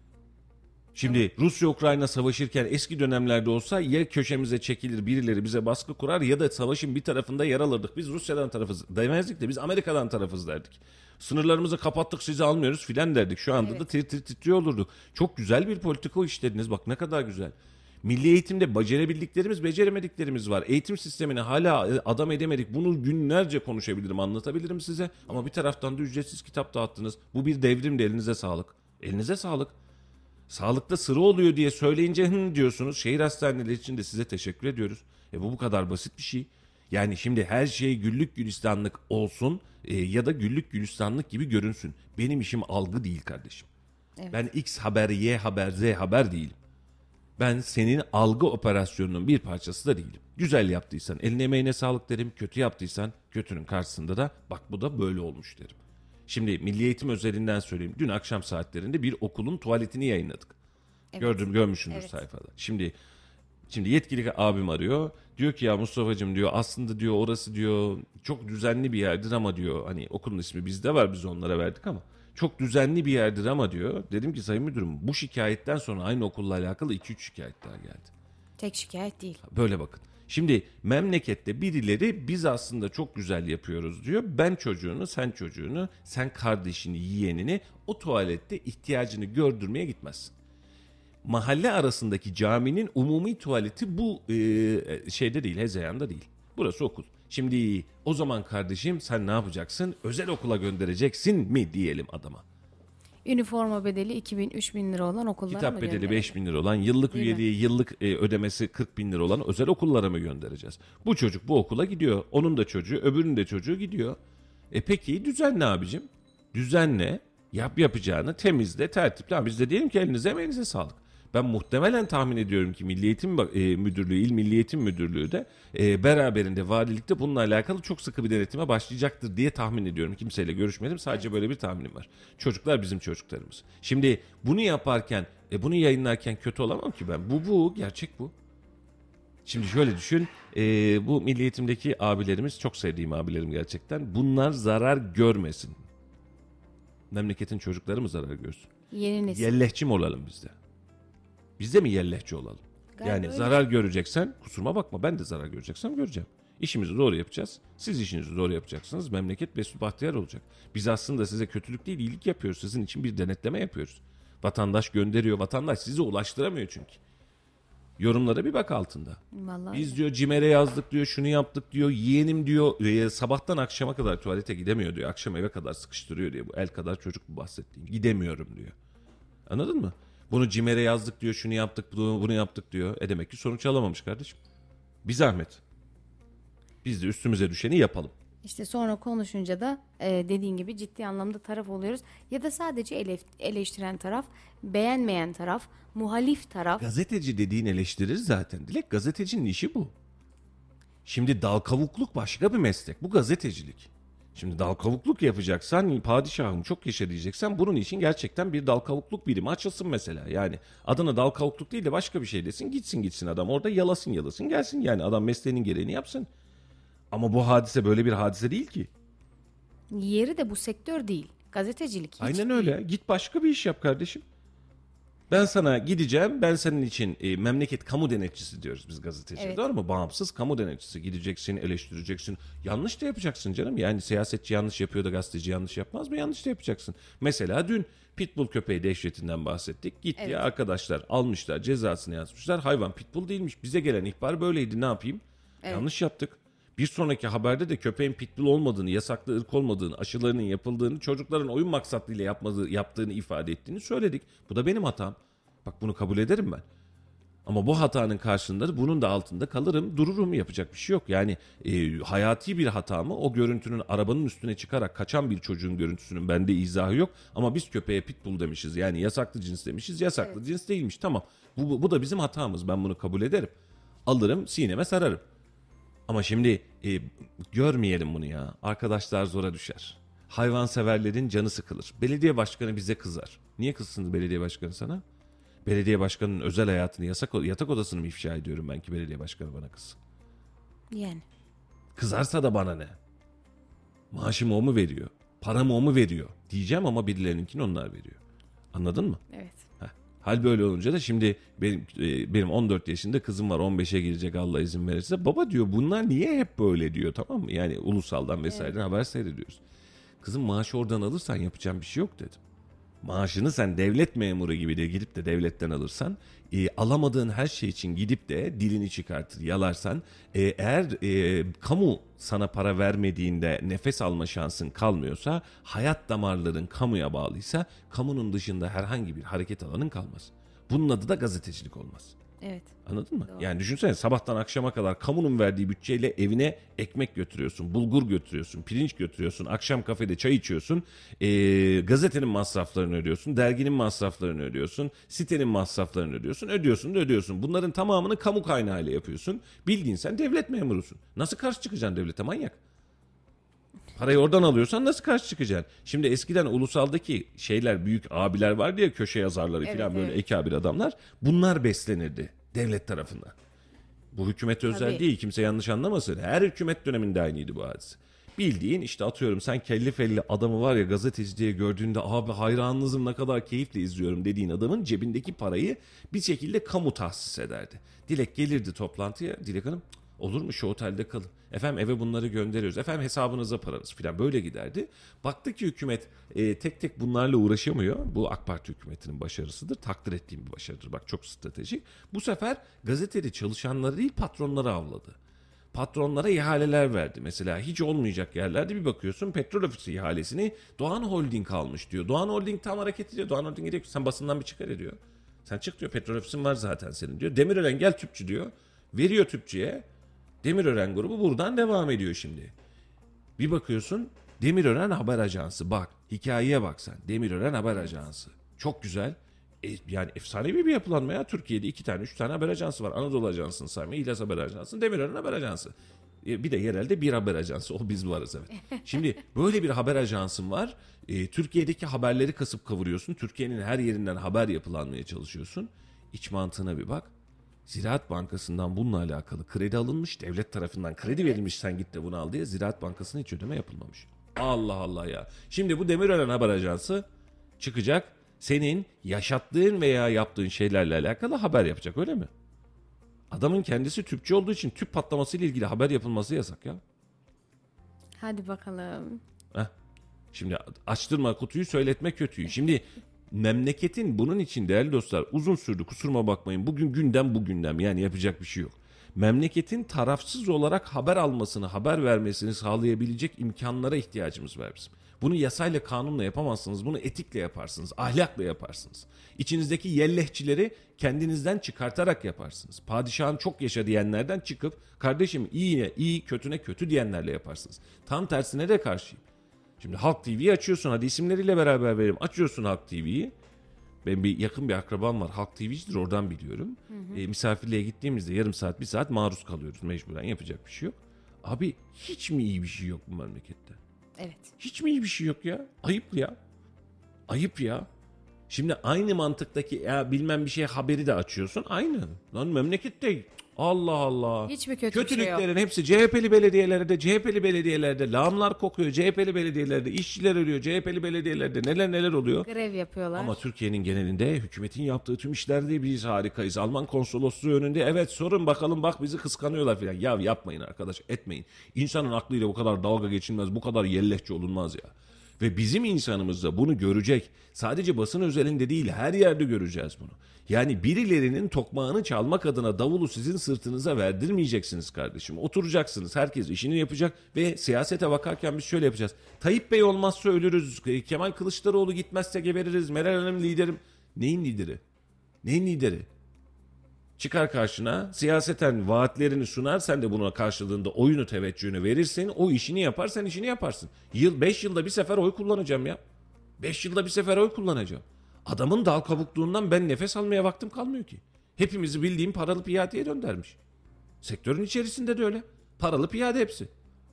Şimdi Rusya-Ukrayna savaşırken eski dönemlerde olsa ya köşemize çekilir birileri bize baskı kurar ya da savaşın bir tarafında yer alırdık. Biz Rusya'dan tarafız demezdik de biz Amerika'dan tarafız derdik. Sınırlarımızı kapattık, sizi almıyoruz filan derdik. Şu anda da titriyor olurduk. Çok güzel bir politika işlediniz, bak ne kadar güzel. Milli eğitimde becerebildiklerimiz, beceremediklerimiz var. Eğitim sistemini hala adam edemedik. Bunu günlerce konuşabilirim, anlatabilirim size. Ama bir taraftan da ücretsiz kitap dağıttınız. Bu bir devrimdi, elinize sağlık. Elinize sağlık. Sağlıkta sıra oluyor diye söyleyince diyorsunuz. Şehir hastaneleri için de size teşekkür ediyoruz. Bu kadar basit bir şey. Yani şimdi her şey güllük gülistanlık olsun ya da güllük gülistanlık gibi görünsün. Benim işim algı değil kardeşim. Evet. Ben X haber, Y haber, Z haber değilim. Ben senin algı operasyonunun bir parçası da değilim. Güzel yaptıysan eline emeğine sağlık derim. Kötü yaptıysan kötünün karşısında da bak bu da böyle olmuş derim. Şimdi Milli Eğitim özelinden söyleyeyim. Dün akşam saatlerinde bir okulun tuvaletini yayınladık. Evet. Görmüşsündür sayfada. Şimdi yetkili abim arıyor. Diyor ki ya Mustafa'cığım diyor, aslında diyor orası diyor çok düzenli bir yerdir ama diyor hani okulun ismi bizde var, biz onlara verdik ama çok düzenli bir yerdir ama diyor. Dedim ki sayın müdürüm, bu şikayetten sonra aynı okulla alakalı 2-3 şikayet daha geldi. Tek şikayet değil. Böyle bakın. Şimdi memlekette birileri biz aslında çok güzel yapıyoruz diyor. Ben çocuğunu, sen kardeşini, yeğenini o tuvalette ihtiyacını gördürmeye gitmezsin. Mahalle arasındaki caminin umumi tuvaleti bu şeyde değil, Hezeyan'da değil. Burası okul. Şimdi o zaman kardeşim sen ne yapacaksın? Özel okula göndereceksin mi diyelim adama? Üniforma bedeli 2.000-3.000 lira olan okullara Kitap mı bedeli 5.000 lira olan, yıllık üyeliği, yıllık ödemesi 40.000 lira olan özel okullara mı göndereceğiz? Bu çocuk bu okula gidiyor. Onun da çocuğu, öbürünün de çocuğu gidiyor. Peki düzenle abicim. Düzenle, yapacağını, temizle, tertiple. Biz de diyelim ki elinize emeğinize sağlık. Ben muhtemelen tahmin ediyorum ki Milli Eğitim Müdürlüğü, İl Milli Eğitim Müdürlüğü de beraberinde valilikte bununla alakalı çok sıkı bir denetime başlayacaktır diye tahmin ediyorum. Kimseyle görüşmedim, sadece böyle bir tahminim var. Çocuklar bizim çocuklarımız. Şimdi bunu yaparken, bunu yayınlarken kötü olamam ki ben. Bu gerçek bu. Şimdi şöyle düşün, bu Milli Eğitim'deki abilerimiz, çok sevdiğim abilerim gerçekten. Bunlar zarar görmesin. Memleketin çocukları mı zarar görsün? Yeni nesil. Yellehçi mi olalım biz de? Biz de mi yellehçi olalım? Galiba yani öyle. Zarar göreceksen kusuruma bakma, ben de zarar göreceksem göreceğim. İşimizi doğru yapacağız. Siz işinizi doğru yapacaksınız. Memleket mesut bahtiyar olacak. Biz aslında size kötülük değil, iyilik yapıyoruz. Sizin için bir denetleme yapıyoruz. Vatandaş gönderiyor. Vatandaş size ulaştıramıyor çünkü. Yorumlara bir bak altında. Vallahi biz diyor CİMER'e yazdık diyor, şunu yaptık diyor. Yeğenim diyor sabahtan akşama kadar tuvalete gidemiyor diyor. Akşam eve kadar sıkıştırıyor diyor. Bu el kadar çocuk bu bahsettiğim. Gidemiyorum diyor. Anladın mı? Bunu CİMER'e yazdık diyor, şunu yaptık, bunu yaptık diyor. Demek ki sonuç alamamış kardeşim. Bir zahmet. Biz de üstümüze düşeni yapalım. İşte sonra konuşunca da dediğin gibi ciddi anlamda taraf oluyoruz. Ya da sadece eleştiren taraf, beğenmeyen taraf, muhalif taraf. Gazeteci dediğin eleştirir zaten. Dilek, gazetecinin işi bu. Şimdi dal kavukluk başka bir meslek. Bu gazetecilik. Şimdi dal kavukluk yapacaksan, padişahım çok yaşa diyeceksen, bunun için gerçekten bir dal kavukluk birimi açılsın mesela. Yani adına dal kavukluk değil de başka bir şey desin, gitsin adam orada yalasın gelsin, yani adam mesleğinin gereğini yapsın. Ama bu hadise böyle bir hadise değil ki. Yeri de bu sektör değil, gazetecilik. Aynen öyle. Git başka bir iş yap kardeşim. Ben sana gideceğim, ben senin için memleket kamu denetçisi diyoruz biz gazeteciler. Evet. Doğru mu? Bağımsız kamu denetçisi. Gideceksin, eleştireceksin. Yanlış da yapacaksın canım. Yani siyasetçi yanlış yapıyor da gazeteci yanlış yapmaz mı? Yanlış da yapacaksın. Mesela dün pitbull köpeği dehşetinden bahsettik. Gitti Evet. arkadaşlar almışlar, cezasını yazmışlar. Hayvan pitbull değilmiş. Bize gelen ihbar böyleydi, ne yapayım? Evet. Yanlış yaptık. Bir sonraki haberde de köpeğin pitbull olmadığını, yasaklı ırk olmadığını, aşılarının yapıldığını, çocukların oyun maksatıyla yaptığını ifade ettiğini söyledik. Bu da benim hatam. Bak bunu kabul ederim ben. Ama bu hatanın karşılığında da bunun da altında kalırım, dururum, yapacak bir şey yok. Yani hayati bir hata mı? O görüntünün arabanın üstüne çıkarak kaçan bir çocuğun görüntüsünün bende izahı yok. Ama biz köpeğe pitbull demişiz. Yani yasaklı cins demişiz. Yasaklı cins değilmiş. Tamam. Bu da bizim hatamız. Ben bunu kabul ederim. Alırım, sineme sararım. Ama şimdi görmeyelim bunu ya. Arkadaşlar zora düşer. Hayvanseverlerin canı sıkılır. Belediye başkanı bize kızar. Niye kızsın belediye başkanı sana? Belediye başkanının özel hayatını, yatak odasını mı ifşa ediyorum ben ki belediye başkanı bana kızsın? Yani. Kızarsa da bana ne? Maaşımı o mu veriyor? Paramı o mu veriyor? Diyeceğim ama birilerininkini onlar veriyor. Anladın mı? Evet. Hal böyle olunca da şimdi benim 14 yaşında kızım var, 15'e girecek Allah izin verirse. Baba diyor bunlar niye hep böyle diyor, tamam mı? Yani ulusaldan vesaireden haber seyrediyoruz. Kızım maaşı oradan alırsan yapacağım bir şey yok dedim. Maaşını sen devlet memuru gibi de gidip de devletten alırsan, alamadığın her şey için gidip de dilini çıkartır, yalarsan, eğer kamu sana para vermediğinde nefes alma şansın kalmıyorsa, hayat damarların kamuya bağlıysa, kamunun dışında herhangi bir hareket alanın kalmaz. Bunun adı da gazetecilik olmaz. Evet. Anladın mı? Doğru. Yani düşünsene, sabahtan akşama kadar kamunun verdiği bütçeyle evine ekmek götürüyorsun, bulgur götürüyorsun, pirinç götürüyorsun, akşam kafede çay içiyorsun, gazetenin masraflarını ödüyorsun, derginin masraflarını ödüyorsun, sitenin masraflarını ödüyorsun. Bunların tamamını kamu kaynağıyla yapıyorsun. Bildiğin sen devlet memurusun. Nasıl karşı çıkacaksın devlete, manyak? Parayı oradan alıyorsan nasıl karşı çıkacaksın? Şimdi eskiden ulusaldaki şeyler, büyük abiler vardı ya, köşe yazarları falan, böyle ekabir adamlar. Bunlar beslenirdi devlet tarafından. Bu hükümet özel Tabii. değil, kimse yanlış anlamasın. Her hükümet döneminde aynıydı bu hadise. Bildiğin işte, atıyorum sen kelli felli adamı var ya, gazeteci diye gördüğünde abi hayranınızım, ne kadar keyifle izliyorum dediğin adamın cebindeki parayı bir şekilde kamu tahsis ederdi. Dilek gelirdi toplantıya, Dilek Hanım olur mu şu otelde kalın. Efendim eve bunları gönderiyoruz. Efendim hesabınıza paranız falan, böyle giderdi. Baktık ki hükümet tek tek bunlarla uğraşamıyor. Bu AK Parti hükümetinin başarısıdır. Takdir ettiğim bir başarıdır. Bak çok stratejik. Bu sefer gazetede çalışanları değil patronları avladı. Patronlara ihaleler verdi. Mesela hiç olmayacak yerlerde bir bakıyorsun, petrol ofisi ihalesini Doğan Holding almış diyor. Doğan Holding tam hareket ediyor. Doğan Holding'e diyor ki sen basından bir çıkar ediyor. Sen çık diyor, petrol ofisin var zaten senin diyor. Demirören gel tüpçü diyor. Veriyor tüpçüye. Demirören grubu buradan devam ediyor şimdi. Bir bakıyorsun Demirören Haber Ajansı. Bak hikayeye bak sen. Demirören Haber Ajansı. Çok güzel. Yani efsanevi bir yapılanma ya. Türkiye'de 2 tane 3 tane haber ajansı var. Anadolu Ajansı'nı sayma, İlyas Haber Ajansı, Demirören Haber Ajansı. Bir de yerelde bir haber ajansı. O biz varız, evet. Şimdi böyle bir haber ajansın var. Türkiye'deki haberleri kasıp kavuruyorsun. Türkiye'nin her yerinden haber yapılanmaya çalışıyorsun. İç mantığına bir bak. Ziraat Bankası'ndan bununla alakalı kredi alınmış. Devlet tarafından kredi verilmiş, sen git de bunu al diye. Ziraat Bankası'na hiç ödeme yapılmamış. Allah Allah ya. Şimdi bu Demirören Haber Ajansı çıkacak. Senin yaşattığın veya yaptığın şeylerle alakalı haber yapacak, öyle mi? Adamın kendisi tüpçü olduğu için tüp patlamasıyla ilgili haber yapılması yasak ya. Hadi bakalım. Şimdi açtırma kutuyu, söyletme kötüyü. Şimdi memleketin bunun için değerli dostlar uzun sürdü, kusuruma bakmayın. Bugün gündem yani yapacak bir şey yok. Memleketin tarafsız olarak haber almasını, haber vermesini sağlayabilecek imkanlara ihtiyacımız var bizim. Bunu yasayla, kanunla yapamazsınız. Bunu etikle yaparsınız, ahlakla yaparsınız. İçinizdeki yellehçileri kendinizden çıkartarak yaparsınız. Padişahın çok yaşa diyenlerden çıkıp kardeşim iyine iyi, kötüne kötü diyenlerle yaparsınız. Tam tersine de karşıyım. Şimdi Halk TV'yi açıyorsun, hadi isimleriyle beraber verelim. Açıyorsun Halk TV'yi. Ben yakın bir akrabam var, Halk TV'cidir, oradan biliyorum. Misafirliğe gittiğimizde yarım saat, bir saat maruz kalıyoruz mecburen, yapacak bir şey yok. Abi hiç mi iyi bir şey yok bu memlekette? Evet. Hiç mi iyi bir şey yok ya? Ayıp ya. Ayıp ya. Şimdi aynı mantıktaki ya bilmem bir şey haberi de açıyorsun. Aynı. Lan memlekette Allah Allah. Hiçbir kötü bir şey Kötülüklerin hepsi CHP'li belediyelerde lağımlar kokuyor. CHP'li belediyelerde işçiler ölüyor. CHP'li belediyelerde neler oluyor. Grev yapıyorlar. Ama Türkiye'nin genelinde hükümetin yaptığı tüm işlerde biz harikayız. Alman konsolosluğu önünde evet sorun bakalım bak bizi kıskanıyorlar falan. Ya yapmayın arkadaş, etmeyin. İnsanın aklıyla bu kadar dalga geçilmez, bu kadar yellehçe olunmaz ya. Ve bizim insanımız da bunu görecek. Sadece basın özelinde değil, her yerde göreceğiz bunu. Yani birilerinin tokmağını çalmak adına davulu sizin sırtınıza verdirmeyeceksiniz kardeşim. Oturacaksınız, herkes işini yapacak ve siyasete bakarken biz şöyle yapacağız. Tayyip Bey olmazsa ölürüz, Kemal Kılıçdaroğlu gitmezse gebeririz, Meral Hanım liderim. Neyin lideri? Neyin lideri? Çıkar karşına, siyaseten vaatlerini sunar, sen de buna karşılığında oyunu teveccühünü verirsin, o işini yapar, sen işini yaparsın. 5 yılda bir sefer oy kullanacağım ya. 5 yılda bir sefer oy kullanacağım. Adamın dal kabukluğundan ben nefes almaya vaktim kalmıyor ki. Hepimizi bildiğim paralı piyadeye döndürmüş. Sektörün içerisinde de öyle. Paralı piyade hepsi.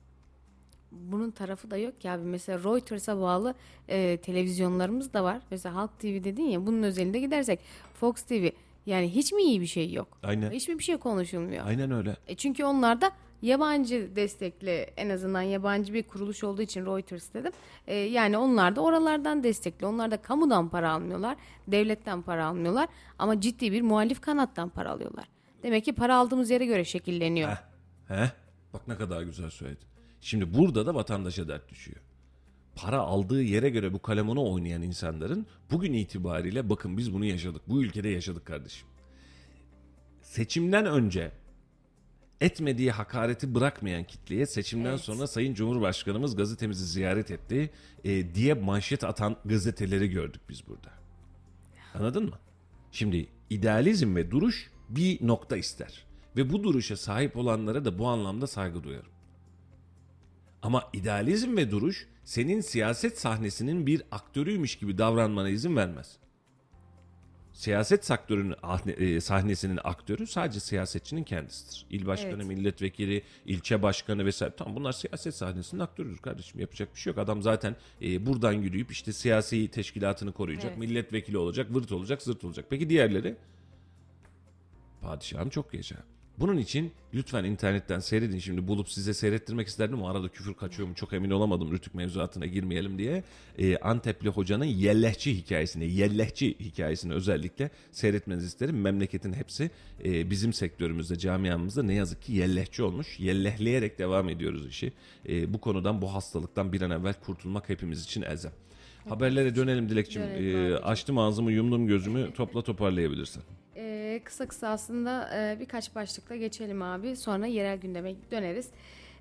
Bunun tarafı da yok ki abi. Mesela Reuters'a bağlı televizyonlarımız da var. Mesela Halk TV dedin ya, bunun özelinde gidersek Fox TV. Yani hiç mi iyi bir şey yok? Aynen. Hiçbir bir şey konuşulmuyor. Aynen öyle. Çünkü onlar da yabancı destekli, en azından yabancı bir kuruluş olduğu için Reuters dedim. Yani onlar da oralardan destekli. Onlar da kamudan para almıyorlar. Devletten para almıyorlar. Ama ciddi bir muhalif kanattan para alıyorlar. Demek ki para aldığımız yere göre şekilleniyor. Bak ne kadar güzel söyledin. Şimdi burada da vatandaşa dert düşüyor. Para aldığı yere göre bu kalemonu oynayan insanların bugün itibariyle bakın biz bunu yaşadık. Bu ülkede yaşadık kardeşim. Seçimden önce etmediği hakareti bırakmayan kitleye seçimden sonra Sayın Cumhurbaşkanımız gazetemizi ziyaret etti diye manşet atan gazeteleri gördük biz burada. Anladın mı? Şimdi idealizm ve duruş bir nokta ister. Ve bu duruşa sahip olanlara da bu anlamda saygı duyarım. Ama idealizm ve duruş senin siyaset sahnesinin bir aktörüymüş gibi davranmana izin vermez. Siyaset sahnesinin aktörü sadece siyasetçinin kendisidir. İl başkanı, milletvekili, ilçe başkanı vesaire. Tamam, bunlar siyaset sahnesinin aktörüdür kardeşim. Yapacak bir şey yok. Adam zaten buradan yürüyüp işte siyasi teşkilatını koruyacak. Milletvekili olacak, vırt olacak, zırt olacak. Peki diğerleri? Padişahım çok yaşa. Bunun için lütfen internetten seyredin. Şimdi bulup size seyrettirmek isterdim ama arada küfür kaçıyor mu çok emin olamadım. Rütük mevzuatına girmeyelim diye. Antepli hocanın yellehçi hikayesini özellikle seyretmenizi isterim. Memleketin hepsi bizim sektörümüzde, camiamızda ne yazık ki yellehçi olmuş. Yellehleyerek devam ediyoruz işi. Bu konudan, bu hastalıktan bir an evvel kurtulmak hepimiz için elzem. Haberlere dönelim Dilekçim. Açtım ağzımı, yumdum gözümü, toparlayabilirsin. Kısa aslında birkaç başlıkla geçelim abi. Sonra yerel gündeme döneriz.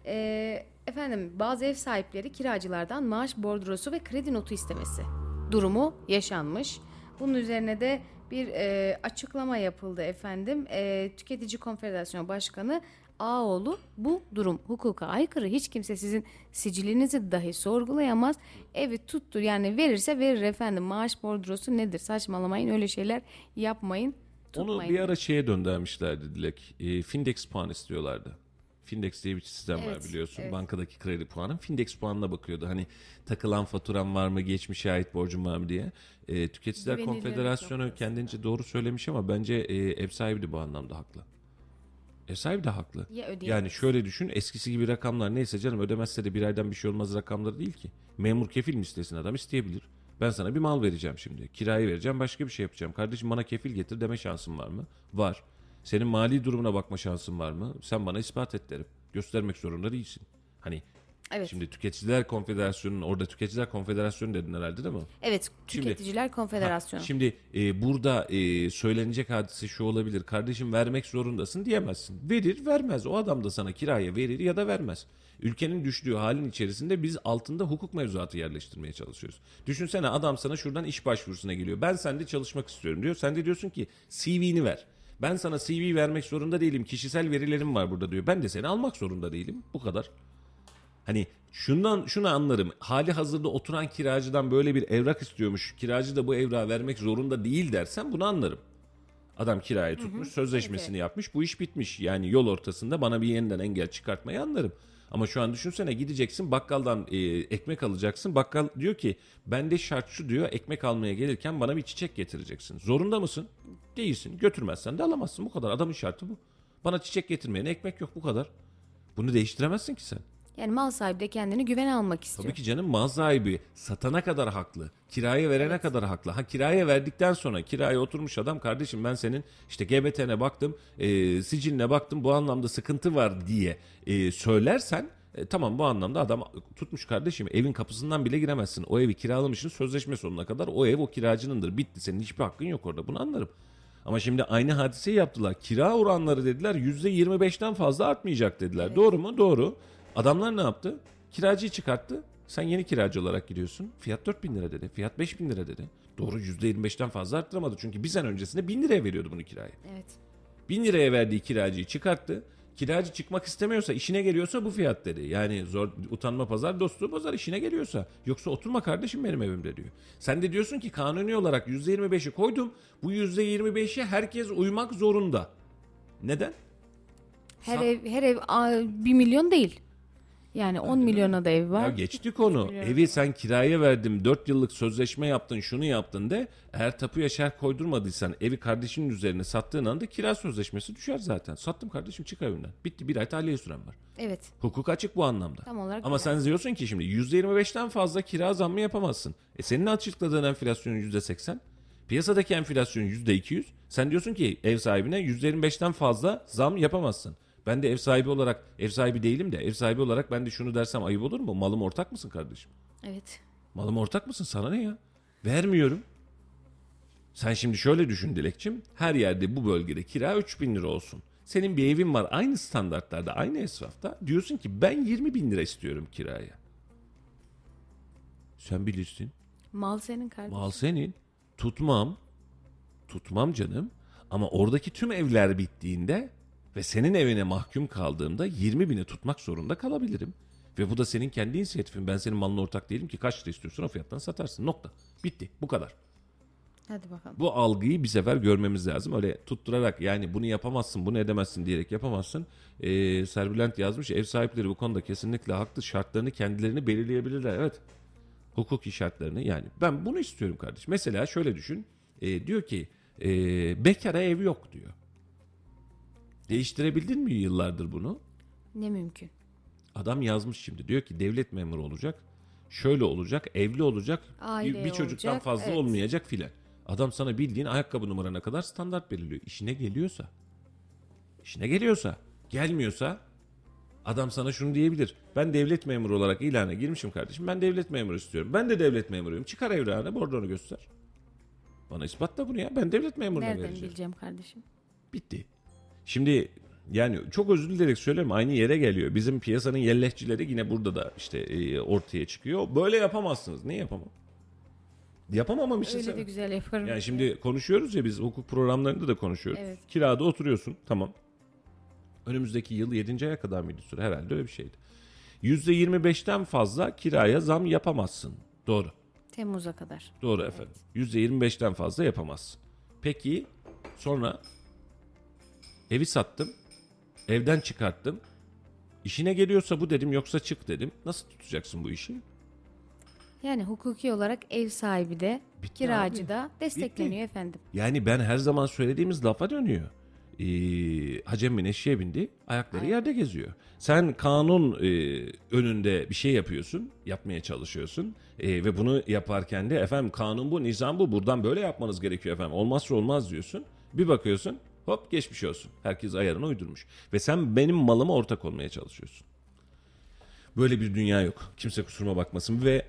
Efendim, bazı ev sahipleri kiracılardan maaş bordrosu ve kredi notu istemesi durumu yaşanmış. Bunun üzerine de bir açıklama yapıldı efendim. Tüketici Konfederasyonu Başkanı Ağoğlu, bu durum hukuka aykırı. Hiç kimse sizin sicilinizi dahi sorgulayamaz. Evi tuttur, yani verirse verir efendim. Maaş bordrosu nedir? Saçmalamayın, öyle şeyler yapmayın. Tutmayın. Onu bir ara şeye döndürmüşlerdi Dilek. Findex puan istiyorlardı. Findex diye bir sistem var biliyorsun. Evet. Bankadaki kredi puanın Findex puanına bakıyordu. Hani takılan faturam var mı, geçmişe ait borcum var mı diye. Tüketiciler Konfederasyonu kendince doğru söylemiş ama bence ev sahibi de bu anlamda haklı. Ev sahibi de haklı. Yani şöyle düşün, eskisi gibi rakamlar neyse canım, ödemezse de bir aydan bir şey olmaz rakamları değil ki. Memur kefil mi istesin, adam isteyebilir. Ben sana bir mal vereceğim şimdi. Kirayı vereceğim, başka bir şey yapacağım. Kardeşim bana kefil getir deme şansın var mı? Var. Senin mali durumuna bakma şansın var mı? Sen bana ispat et derim. Göstermek zorunda değilsin. Hani şimdi Tüketiciler Konfederasyonu'nun, orada Tüketiciler Konfederasyonu dedin herhalde değil mi? Evet, Tüketiciler Konfederasyonu. Şimdi burada söylenecek hadise şu olabilir. Kardeşim vermek zorundasın diyemezsin. Verir vermez. O adam da sana kiraya verir ya da vermez. Ülkenin düştüğü halin içerisinde biz altında hukuk mevzuatı yerleştirmeye çalışıyoruz. Düşünsene, adam sana şuradan iş başvurusuna geliyor. Ben sende çalışmak istiyorum diyor. Sen de diyorsun ki CV'ni ver. Ben sana CV vermek zorunda değilim. Kişisel verilerim var burada diyor. Ben de seni almak zorunda değilim. Bu kadar. Hani şunu anlarım. Hali hazırda oturan kiracıdan böyle bir evrak istiyormuş. Kiracı da bu evrağı vermek zorunda değil dersen bunu anlarım. Adam kirayı tutmuş, sözleşmesini yapmış. Bu iş bitmiş. Yani yol ortasında bana bir yeniden engel çıkartmayı anlarım. Ama şu an düşünsene, gideceksin bakkaldan ekmek alacaksın. Bakkal diyor ki bende şart şu diyor, ekmek almaya gelirken bana bir çiçek getireceksin. Zorunda mısın? Değilsin. Götürmezsen de alamazsın. Bu kadar. Adamın şartı bu. Bana çiçek getirmeyene ekmek yok, bu kadar. Bunu değiştiremezsin ki sen. Yani mal sahibi de kendini güvene almak istiyor. Tabii ki canım, mal sahibi satana kadar haklı. Kiraya verene kadar haklı. Ha, kiraya verdikten sonra kiraya oturmuş adam, kardeşim ben senin işte GBT'ne baktım, siciline baktım, bu anlamda sıkıntı var diye söylersen tamam, bu anlamda adam tutmuş kardeşim, evin kapısından bile giremezsin. O evi kiralamışsın, sözleşme sonuna kadar o ev o kiracınındır. Bitti, senin hiçbir hakkın yok orada, bunu anlarım. Ama şimdi aynı hadiseyi yaptılar. Kira oranları dediler %25'ten fazla artmayacak dediler. Evet. Doğru mu? Doğru. Adamlar ne yaptı? Kiracıyı çıkarttı. Sen yeni kiracı olarak gidiyorsun. Fiyat 4.000 lira dedi. Fiyat 5.000 lira dedi. Doğru, %25'ten fazla arttıramadı. Çünkü bir sene öncesinde 1.000 liraya veriyordu bunu kiraya. Evet. 1.000 liraya verdiği kiracıyı çıkarttı. Kiracı çıkmak istemiyorsa, işine geliyorsa bu fiyat dedi. Yani zor, utanma pazar, dostluğu bozar, işine geliyorsa. Yoksa oturma kardeşim benim evimde diyor. Sen de diyorsun ki kanuni olarak %25'i koydum. Bu %25'e herkes uymak zorunda. Neden? Her ev 1 milyon değil. Yani 10 milyona da ev var. Ya geçtik onu. Evi sen kiraya verdim, 4 yıllık sözleşme yaptın, şunu yaptın de. Eğer tapuya şerh koydurmadıysan, evi kardeşinin üzerine sattığın anda kira sözleşmesi düşer zaten. Sattım kardeşim, çık evinden. Bitti, bir ay tahliye süren var. Evet. Hukuk açık bu anlamda. Tam olarak ama sen diyorsun ki şimdi %25'ten fazla kira zammı yapamazsın. Senin açıkladığın enflasyonun %80. Piyasadaki enflasyon %200. Sen diyorsun ki ev sahibine %25'ten fazla zam yapamazsın. Ben de ev sahibi olarak, ev sahibi değilim de ev sahibi olarak ben de şunu dersem ayıp olur mu? Malım ortak mısın kardeşim? Evet. Malım ortak mısın? Sana ne ya? Vermiyorum. Sen şimdi şöyle düşün Dilekçim. Her yerde bu bölgede kira 3.000 lira olsun. Senin bir evin var aynı standartlarda, aynı esrafta. Diyorsun ki ben 20.000 lira istiyorum kiraya. Sen bilirsin. Mal senin kardeşim. Mal senin. Tutmam canım. Ama oradaki tüm evler bittiğinde ve senin evine mahkum kaldığımda 20.000'i tutmak zorunda kalabilirim. Ve bu da senin kendi inisiyatifin. Ben senin malına ortak değilim ki, kaç lira istiyorsun o fiyattan satarsın. Nokta. Bitti. Bu kadar. Hadi bakalım. Bu algıyı bir sefer görmemiz lazım. Öyle tutturarak, yani bunu yapamazsın, bunu edemezsin diyerek yapamazsın. Serbülent yazmış, ev sahipleri bu konuda kesinlikle haklı. Şartlarını kendilerini belirleyebilirler. Evet. Hukuki şartlarını, yani ben bunu istiyorum kardeşim. Mesela şöyle düşün. Diyor ki bekara ev yok diyor. Değiştirebildin mi yıllardır bunu? Ne mümkün. Adam yazmış şimdi. Diyor ki devlet memuru olacak. Şöyle olacak, evli olacak, bir çocuktan olacak, fazla evet. olmayacak filan. Adam sana bildiğin ayakkabı numarana kadar standart belirliyor. İşine geliyorsa, gelmiyorsa adam sana şunu diyebilir. Ben devlet memuru olarak ilana girmişim kardeşim. Ben devlet memuru istiyorum. Ben de devlet memuruyum. Çıkar evranı, bordronu göster. Bana ispatla bunu ya. Ben devlet memuruna vereceğim. Nereden bileceğim kardeşim? Bitti. Şimdi yani çok özür dileyerek söylüyorum, aynı yere geliyor. Bizim piyasanın yelleşçileri yine burada da işte ortaya çıkıyor. Böyle yapamazsınız. Niye yapamam? Yapamamışsın sen. Öyle de güzel yaparım. Yani şimdi konuşuyoruz ya, biz hukuk programlarında da konuşuyoruz. Evet. Kirada oturuyorsun, tamam. Önümüzdeki yıl 7. aya kadar mıydı süre? Herhalde öyle bir şeydi. %25'ten fazla kiraya zam yapamazsın. Doğru. Temmuz'a kadar. Doğru efendim. %25'ten fazla yapamazsın. Peki sonra evi sattım. Evden çıkarttım. İşine geliyorsa bu dedim, yoksa çık dedim. Nasıl tutacaksın bu işi? Yani hukuki olarak ev sahibi de Bitti kiracı abi. da destekleniyor Bitti. efendim. Yani ben her zaman söylediğimiz lafa dönüyor. Hacem bin eşeğe bindi, ayakları yerde geziyor. Sen kanun önünde bir şey yapıyorsun, yapmaya çalışıyorsun ve bunu yaparken de efendim kanun bu, nizam bu, buradan böyle yapmanız gerekiyor efendim, olmazsa olmaz diyorsun. Bir bakıyorsun, hop geçmiş olsun. Herkes ayarına uydurmuş. Ve sen benim malıma ortak olmaya çalışıyorsun. Böyle bir dünya yok. Kimse kusuruma bakmasın ve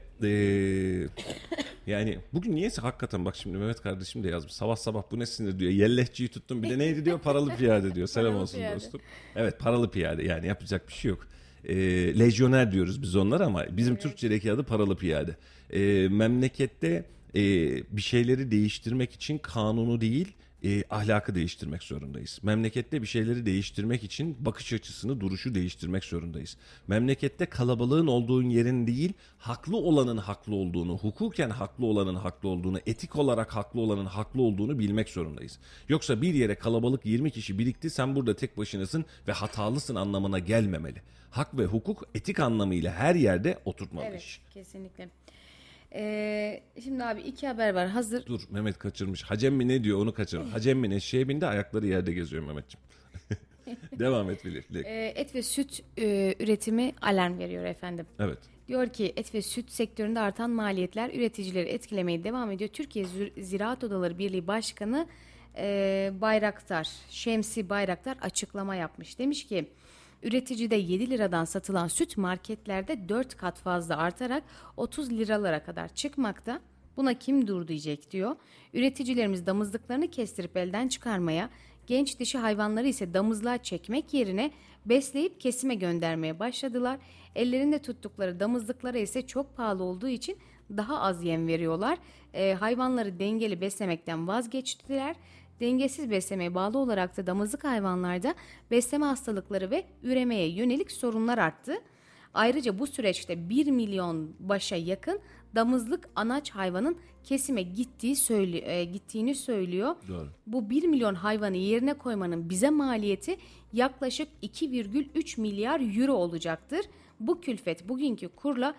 yani bugün niyeyse hakikaten bak, şimdi Mehmet kardeşim de yazmış. Sabah sabah bu ne sinir diyor. Yelleşçiyi tuttum, bir de neydi diyor, paralı piyade diyor. Selam Paralı olsun piyade. dostum. Evet, paralı piyade, yani yapacak bir şey yok. Lejyoner diyoruz biz onlara ama bizim Türkçedeki adı paralı piyade. Memlekette bir şeyleri değiştirmek için kanunu değil, ahlakı değiştirmek zorundayız. Memlekette bir şeyleri değiştirmek için bakış açısını, duruşu değiştirmek zorundayız. Memlekette kalabalığın olduğun yerin değil, haklı olanın haklı olduğunu, hukuken haklı olanın haklı olduğunu, etik olarak haklı olanın haklı olduğunu bilmek zorundayız. Yoksa bir yere kalabalık 20 kişi birikti, sen burada tek başınasın ve hatalısın anlamına gelmemeli. Hak ve hukuk etik anlamıyla her yerde oturtmalı Evet, iş. kesinlikle. Şimdi abi 2 haber var. Hazır. Dur, Mehmet kaçırmış. Hacem mi ne diyor, onu kaçırmış. Hacem mi ne eşeğe bindi, ayakları yerde geziyor Mehmetciğim. Devam et Dilek. Et ve süt üretimi alarm veriyor efendim. Evet. Diyor ki et ve süt sektöründe artan maliyetler üreticileri etkilemeye devam ediyor. Türkiye Ziraat Odaları Birliği Başkanı Şemsi Bayraktar açıklama yapmış. Demiş ki üreticide 7 liradan satılan süt marketlerde 4 kat fazla artarak 30 liralara kadar çıkmakta. Buna kim dur diyecek diyor. Üreticilerimiz damızlıklarını kestirip elden çıkarmaya, genç dişi hayvanları ise damızlığa çekmek yerine besleyip kesime göndermeye başladılar. Ellerinde tuttukları damızlıklara ise çok pahalı olduğu için daha az yem veriyorlar. Hayvanları dengeli beslemekten vazgeçtiler. Dengesiz beslemeye bağlı olarak da damızlık hayvanlarda besleme hastalıkları ve üremeye yönelik sorunlar arttı. Ayrıca bu süreçte 1 milyon başa yakın damızlık anaç hayvanın kesime gittiğini söylüyor. Doğru. Bu 1 milyon hayvanı yerine koymanın bize maliyeti yaklaşık 2,3 milyar euro olacaktır. Bu külfet bugünkü kurla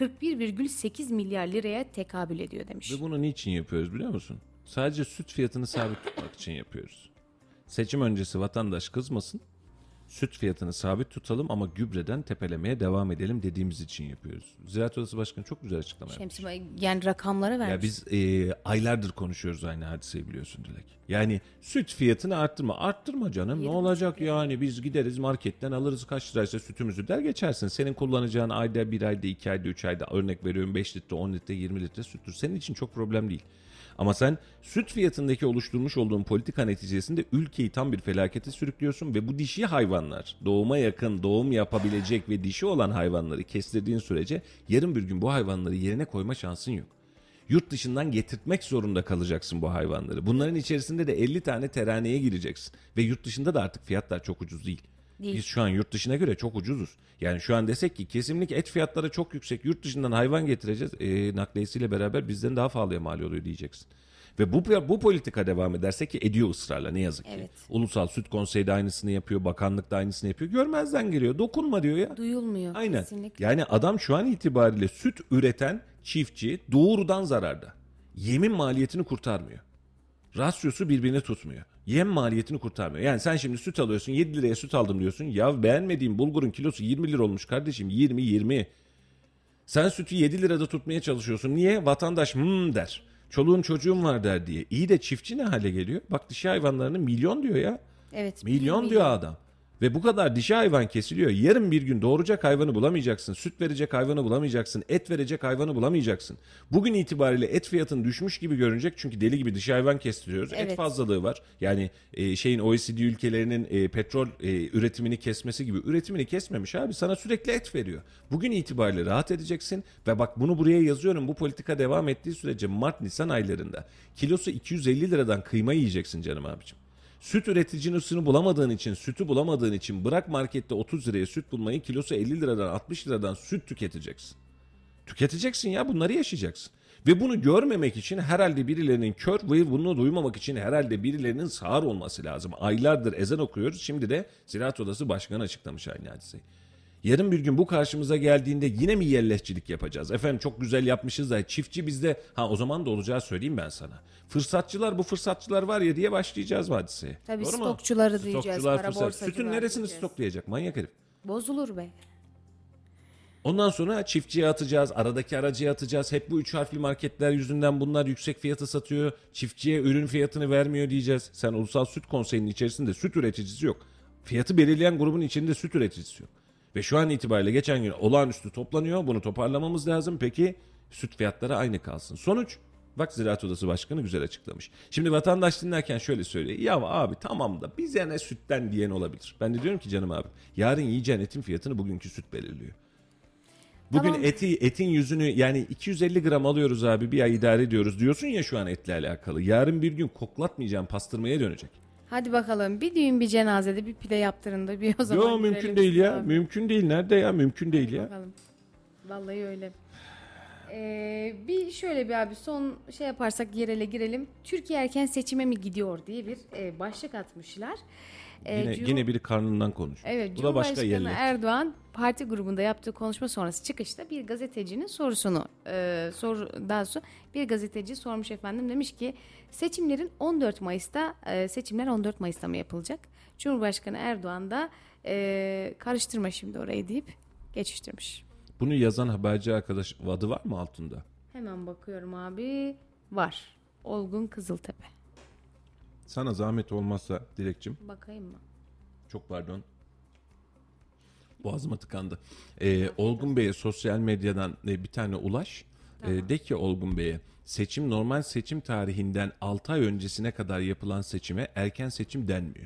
41,8 milyar liraya tekabül ediyor demiş. Ve bunu niçin yapıyoruz biliyor musun? Sadece süt fiyatını sabit tutmak için yapıyoruz. Seçim öncesi vatandaş kızmasın. Süt fiyatını sabit tutalım ama gübreden tepelemeye devam edelim dediğimiz için yapıyoruz. Ziraat Odası Başkanı çok güzel açıklama yapmış. Yani rakamlara vermiş. Ya biz aylardır konuşuyoruz aynı hadiseyi biliyorsun Dilek. Yani süt fiyatını arttırma. Arttırma canım, ne olacak yani, biz gideriz marketten alırız kaç liraysa sütümüzü der geçersin. Senin kullanacağın ayda, 1 ayda, 2 ayda, 3 ayda, örnek veriyorum 5 litre, 10 litre, 20 litre süttür. Senin için çok problem değil. Ama sen süt fiyatındaki oluşturmuş olduğun politika neticesinde ülkeyi tam bir felakete sürüklüyorsun ve bu dişi hayvanlar, doğuma yakın, doğum yapabilecek ve dişi olan hayvanları kestirdiğin sürece yarın bir gün bu hayvanları yerine koyma şansın yok. Yurt dışından getirtmek zorunda kalacaksın bu hayvanları. Bunların içerisinde de 50 tane teraneye gireceksin ve yurt dışında da artık fiyatlar çok ucuz değil. Biz şu an yurt dışına göre çok ucuzuz. Yani şu an desek ki kesimlik et fiyatları çok yüksek, yurt dışından hayvan getireceğiz. Nakliyesiyle beraber bizden daha pahalıya mal oluyor diyeceksin. Ve bu politika devam ederse ki ediyor ısrarla ne yazık ki. Evet. Ulusal Süt Konseyi de aynısını yapıyor, bakanlık da aynısını yapıyor. Görmezden geliyor, dokunma diyor ya. Duyulmuyor. Aynen. Kesinlikle. Yani adam şu an itibariyle süt üreten çiftçi doğrudan zararda. Yemin maliyetini kurtarmıyor. Rasyosu birbirini tutmuyor. Yem maliyetini kurtarmıyor. Yani sen şimdi süt alıyorsun, 7 liraya süt aldım diyorsun. Ya beğenmediğim bulgurun kilosu 20 lira olmuş kardeşim, 20. Sen sütü 7 lirada tutmaya çalışıyorsun. Niye? Vatandaş der. Çoluğun çocuğum var der diye. İyi de çiftçi ne hale geliyor? Bak dişi hayvanlarını milyon diyor ya. Evet. Milyon diyor adam. Ve bu kadar dişi hayvan kesiliyor. Yarın bir gün doğuracak hayvanı bulamayacaksın. Süt verecek hayvanı bulamayacaksın. Et verecek hayvanı bulamayacaksın. Bugün itibariyle et fiyatının düşmüş gibi görünecek. Çünkü deli gibi dişi hayvan kestiriyoruz. Evet. Et fazlalığı var. Yani OECD ülkelerinin petrol üretimini kesmesi gibi. Üretimini kesmemiş abi. Sana sürekli et veriyor. Bugün itibariyle rahat edeceksin. Ve bak bunu buraya yazıyorum. Bu politika devam ettiği sürece Mart-Nisan aylarında kilosu 250 liradan kıyma yiyeceksin canım abicim. Süt üreticinin sütü bulamadığın için bırak markette 30 liraya süt bulmayı, kilosu 50 liradan 60 liradan süt tüketeceksin. Tüketeceksin ya, bunları yaşayacaksın. Ve bunu görmemek için herhalde birilerinin kör ve bunu duymamak için herhalde birilerinin sağır olması lazım. Aylardır ezan okuyoruz, şimdi de Ziraat Odası Başkanı açıklamış aynı hadiseyi. Yarın bir gün bu karşımıza geldiğinde yine mi yelleşçilik yapacağız? Efendim çok güzel yapmışız da çiftçi bizde. O zaman da olacağı söyleyeyim ben sana. Bu fırsatçılar var ya diye başlayacağız hadiseye. Tabii doğru stokçuları mu? diyeceğiz. Sütün neresini diyeceğiz. stoklayacak manyak herif? Bozulur be. Ondan sonra çiftçiye atacağız, aradaki aracıya atacağız. Hep bu 3 harfli marketler yüzünden bunlar yüksek fiyata satıyor. Çiftçiye ürün fiyatını vermiyor diyeceğiz. Sen Ulusal Süt Konseyi'nin içerisinde süt üreticisi yok. Fiyatı belirleyen grubun içinde süt üreticisi yok. Ve şu an itibariyle geçen gün olağanüstü toplanıyor. Bunu toparlamamız lazım. Peki süt fiyatları aynı kalsın. Sonuç, bak Ziraat Odası Başkanı güzel açıklamış. Şimdi vatandaş dinlerken şöyle söylüyor. Ya abi tamam da bize ne sütten diyen olabilir. Ben de diyorum ki canım abi, yarın yiyeceğin etin fiyatını bugünkü süt belirliyor. Bugün Tamam. etin yüzünü yani 250 gram alıyoruz abi, bir ay idare ediyoruz diyorsun ya şu an etle alakalı. Yarın bir gün koklatmayacağın pastırmaya dönecek. Hadi bakalım bir düğün bir cenazede bir pide yaptırın da bir o zaman Yo mümkün görelim değil ya. abi. Mümkün değil. Nerede ya? Mümkün değil ya. Bakalım. Vallahi öyle. Bir şöyle bir abi son şey yaparsak yerele girelim. Türkiye erken seçime mi gidiyor diye bir başlık atmışlar. Yine biri karnından konuşuyor. Evet, Bu da başka Cumhurbaşkanı yerler. Erdoğan parti grubunda yaptığı konuşma sonrası çıkışta bir gazetecinin sorusunu daha sonra bir gazeteci sormuş efendim, demiş ki seçimler 14 Mayıs'ta mı yapılacak? Cumhurbaşkanı Erdoğan da karıştırma şimdi orayı deyip geçiştirmiş. Bunu yazan haberci arkadaş adı var mı altında? Hemen bakıyorum abi, var. Olgun Kızıltepe. Sana zahmet olmazsa Dilekçim. Bakayım mı? Çok pardon. Boğazıma tıkandı. Olgun Bey'e sosyal medyadan bir tane ulaş. Tamam. De ki Olgun Bey'e, normal seçim tarihinden 6 ay öncesine kadar yapılan seçime erken seçim denmiyor.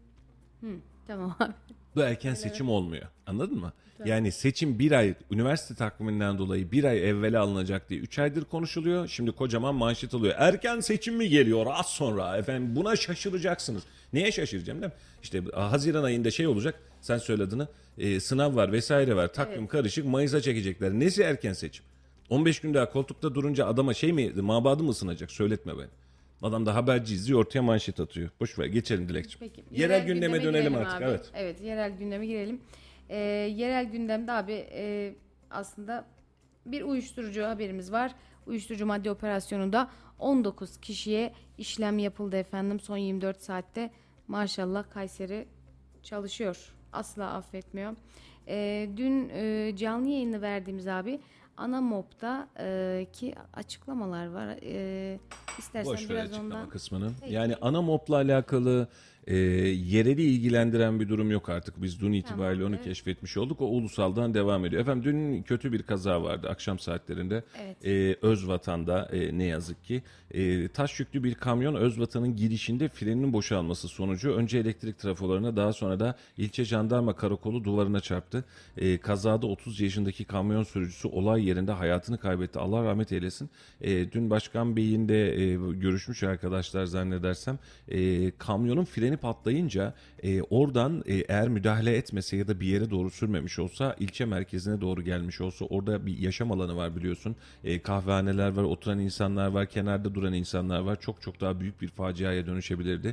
Tamam abi. Bu erken seçim olmuyor. Anladın mı? Yani seçim bir ay, üniversite takviminden dolayı bir ay evvele alınacak diye 3 aydır konuşuluyor. Şimdi kocaman manşet alıyor. Erken seçim mi geliyor az sonra? Efendim buna şaşıracaksınız. Neye şaşıracağım değil mi? İşte Haziran ayında şey olacak. Sen söyle adını. Sınav var vesaire var. Takvim karışık. Mayıs'a çekecekler. Nesi erken seçim? 15 gün daha koltukta durunca adama mabadı mı ısınacak? Söyletme beni. Adam da haberci izliyor, ortaya manşet atıyor. Boş ver, geçelim Dilekçim. Peki. Yerel gündeme dönelim artık. Abi. Evet. Evet, yerel gündeme girelim. Yerel gündemde abi aslında bir uyuşturucu haberimiz var. Uyuşturucu madde operasyonunda 19 kişiye işlem yapıldı efendim son 24 saatte. Maşallah Kayseri çalışıyor. Asla affetmiyor. Dün canlı yayını verdiğimiz abi Anamop'ta ki açıklamalar var. İstersen Boş ver biraz açıklama ondan. kısmını. Peki. Yani Anamop'la alakalı yereli ilgilendiren bir durum yok artık. Biz dün itibariyle onu keşfetmiş olduk. O ulusaldan devam ediyor. Efendim dün kötü bir kaza vardı akşam saatlerinde. Evet. Özvatan'da ne yazık ki. Taş yüklü bir kamyon Özvatan'ın girişinde freninin boşalması sonucu önce elektrik trafolarına, daha sonra da ilçe jandarma karakolu duvarına çarptı. Kazada 30 yaşındaki kamyon sürücüsü olay yerinde hayatını kaybetti. Allah rahmet eylesin. Dün Başkan Bey'in de görüşmüş arkadaşlar zannedersem. Kamyonun freni patlayınca oradan eğer müdahale etmese ya da bir yere doğru sürmemiş olsa, ilçe merkezine doğru gelmiş olsa, orada bir yaşam alanı var biliyorsun. Kahvehaneler var, oturan insanlar var, kenarda duran insanlar var. Çok çok daha büyük bir faciaya dönüşebilirdi.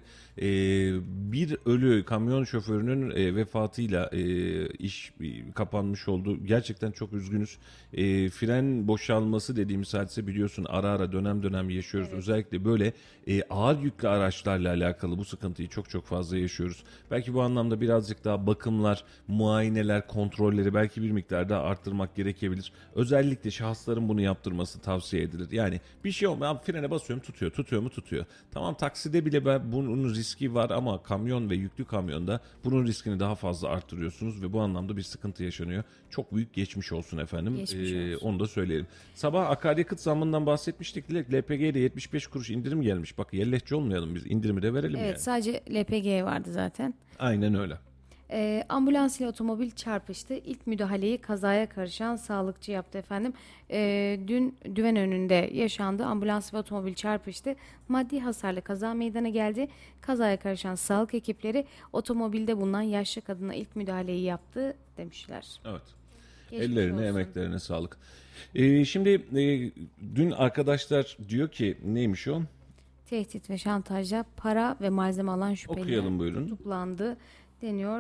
Bir ölü kamyon şoförünün vefatıyla iş kapanmış oldu. Gerçekten çok üzgünüz. Fren boşalması dediğimiz hadise biliyorsun ara ara dönem dönem yaşıyoruz. Evet. Özellikle böyle ağır yüklü araçlarla alakalı bu sıkıntıyı çok çok fazla yaşıyoruz. Belki bu anlamda birazcık daha bakımlar, muayeneler, kontrolleri belki bir miktar daha arttırmak gerekebilir. Özellikle şahısların bunu yaptırması tavsiye edilir. Yani bir şey olmuyor. Frene basıyorum tutuyor. Tutuyor mu? Tutuyor. Tamam takside bile bunun riski var ama kamyon ve yüklü kamyonda bunun riskini daha fazla arttırıyorsunuz ve bu anlamda bir sıkıntı yaşanıyor. Çok büyük geçmiş olsun efendim. Geçmiş olsun. Onu da söyleyelim. Sabah akaryakıt zammından bahsetmiştik. LPG'de 75 kuruş indirim gelmiş. Bak yelleşçi olmayalım biz. İndirimi de verelim Evet, yani. sadece LPG vardı zaten. Aynen öyle. Ambulans ile otomobil çarpıştı. İlk müdahaleyi kazaya karışan sağlıkçı yaptı efendim. Dün Düven önünde yaşandı. Ambulans ve otomobil çarpıştı. Maddi hasarlı kaza meydana geldi. Kazaya karışan sağlık ekipleri otomobilde bulunan yaşlı kadına ilk müdahaleyi yaptı demişler. Evet. Geçmiş Ellerine, olsun. emeklerine sağlık. Şimdi dün arkadaşlar diyor ki neymiş o? Tehdit ve şantajla para ve malzeme alan şüpheliler Okuyalım buyurun. tutuklandı deniyor.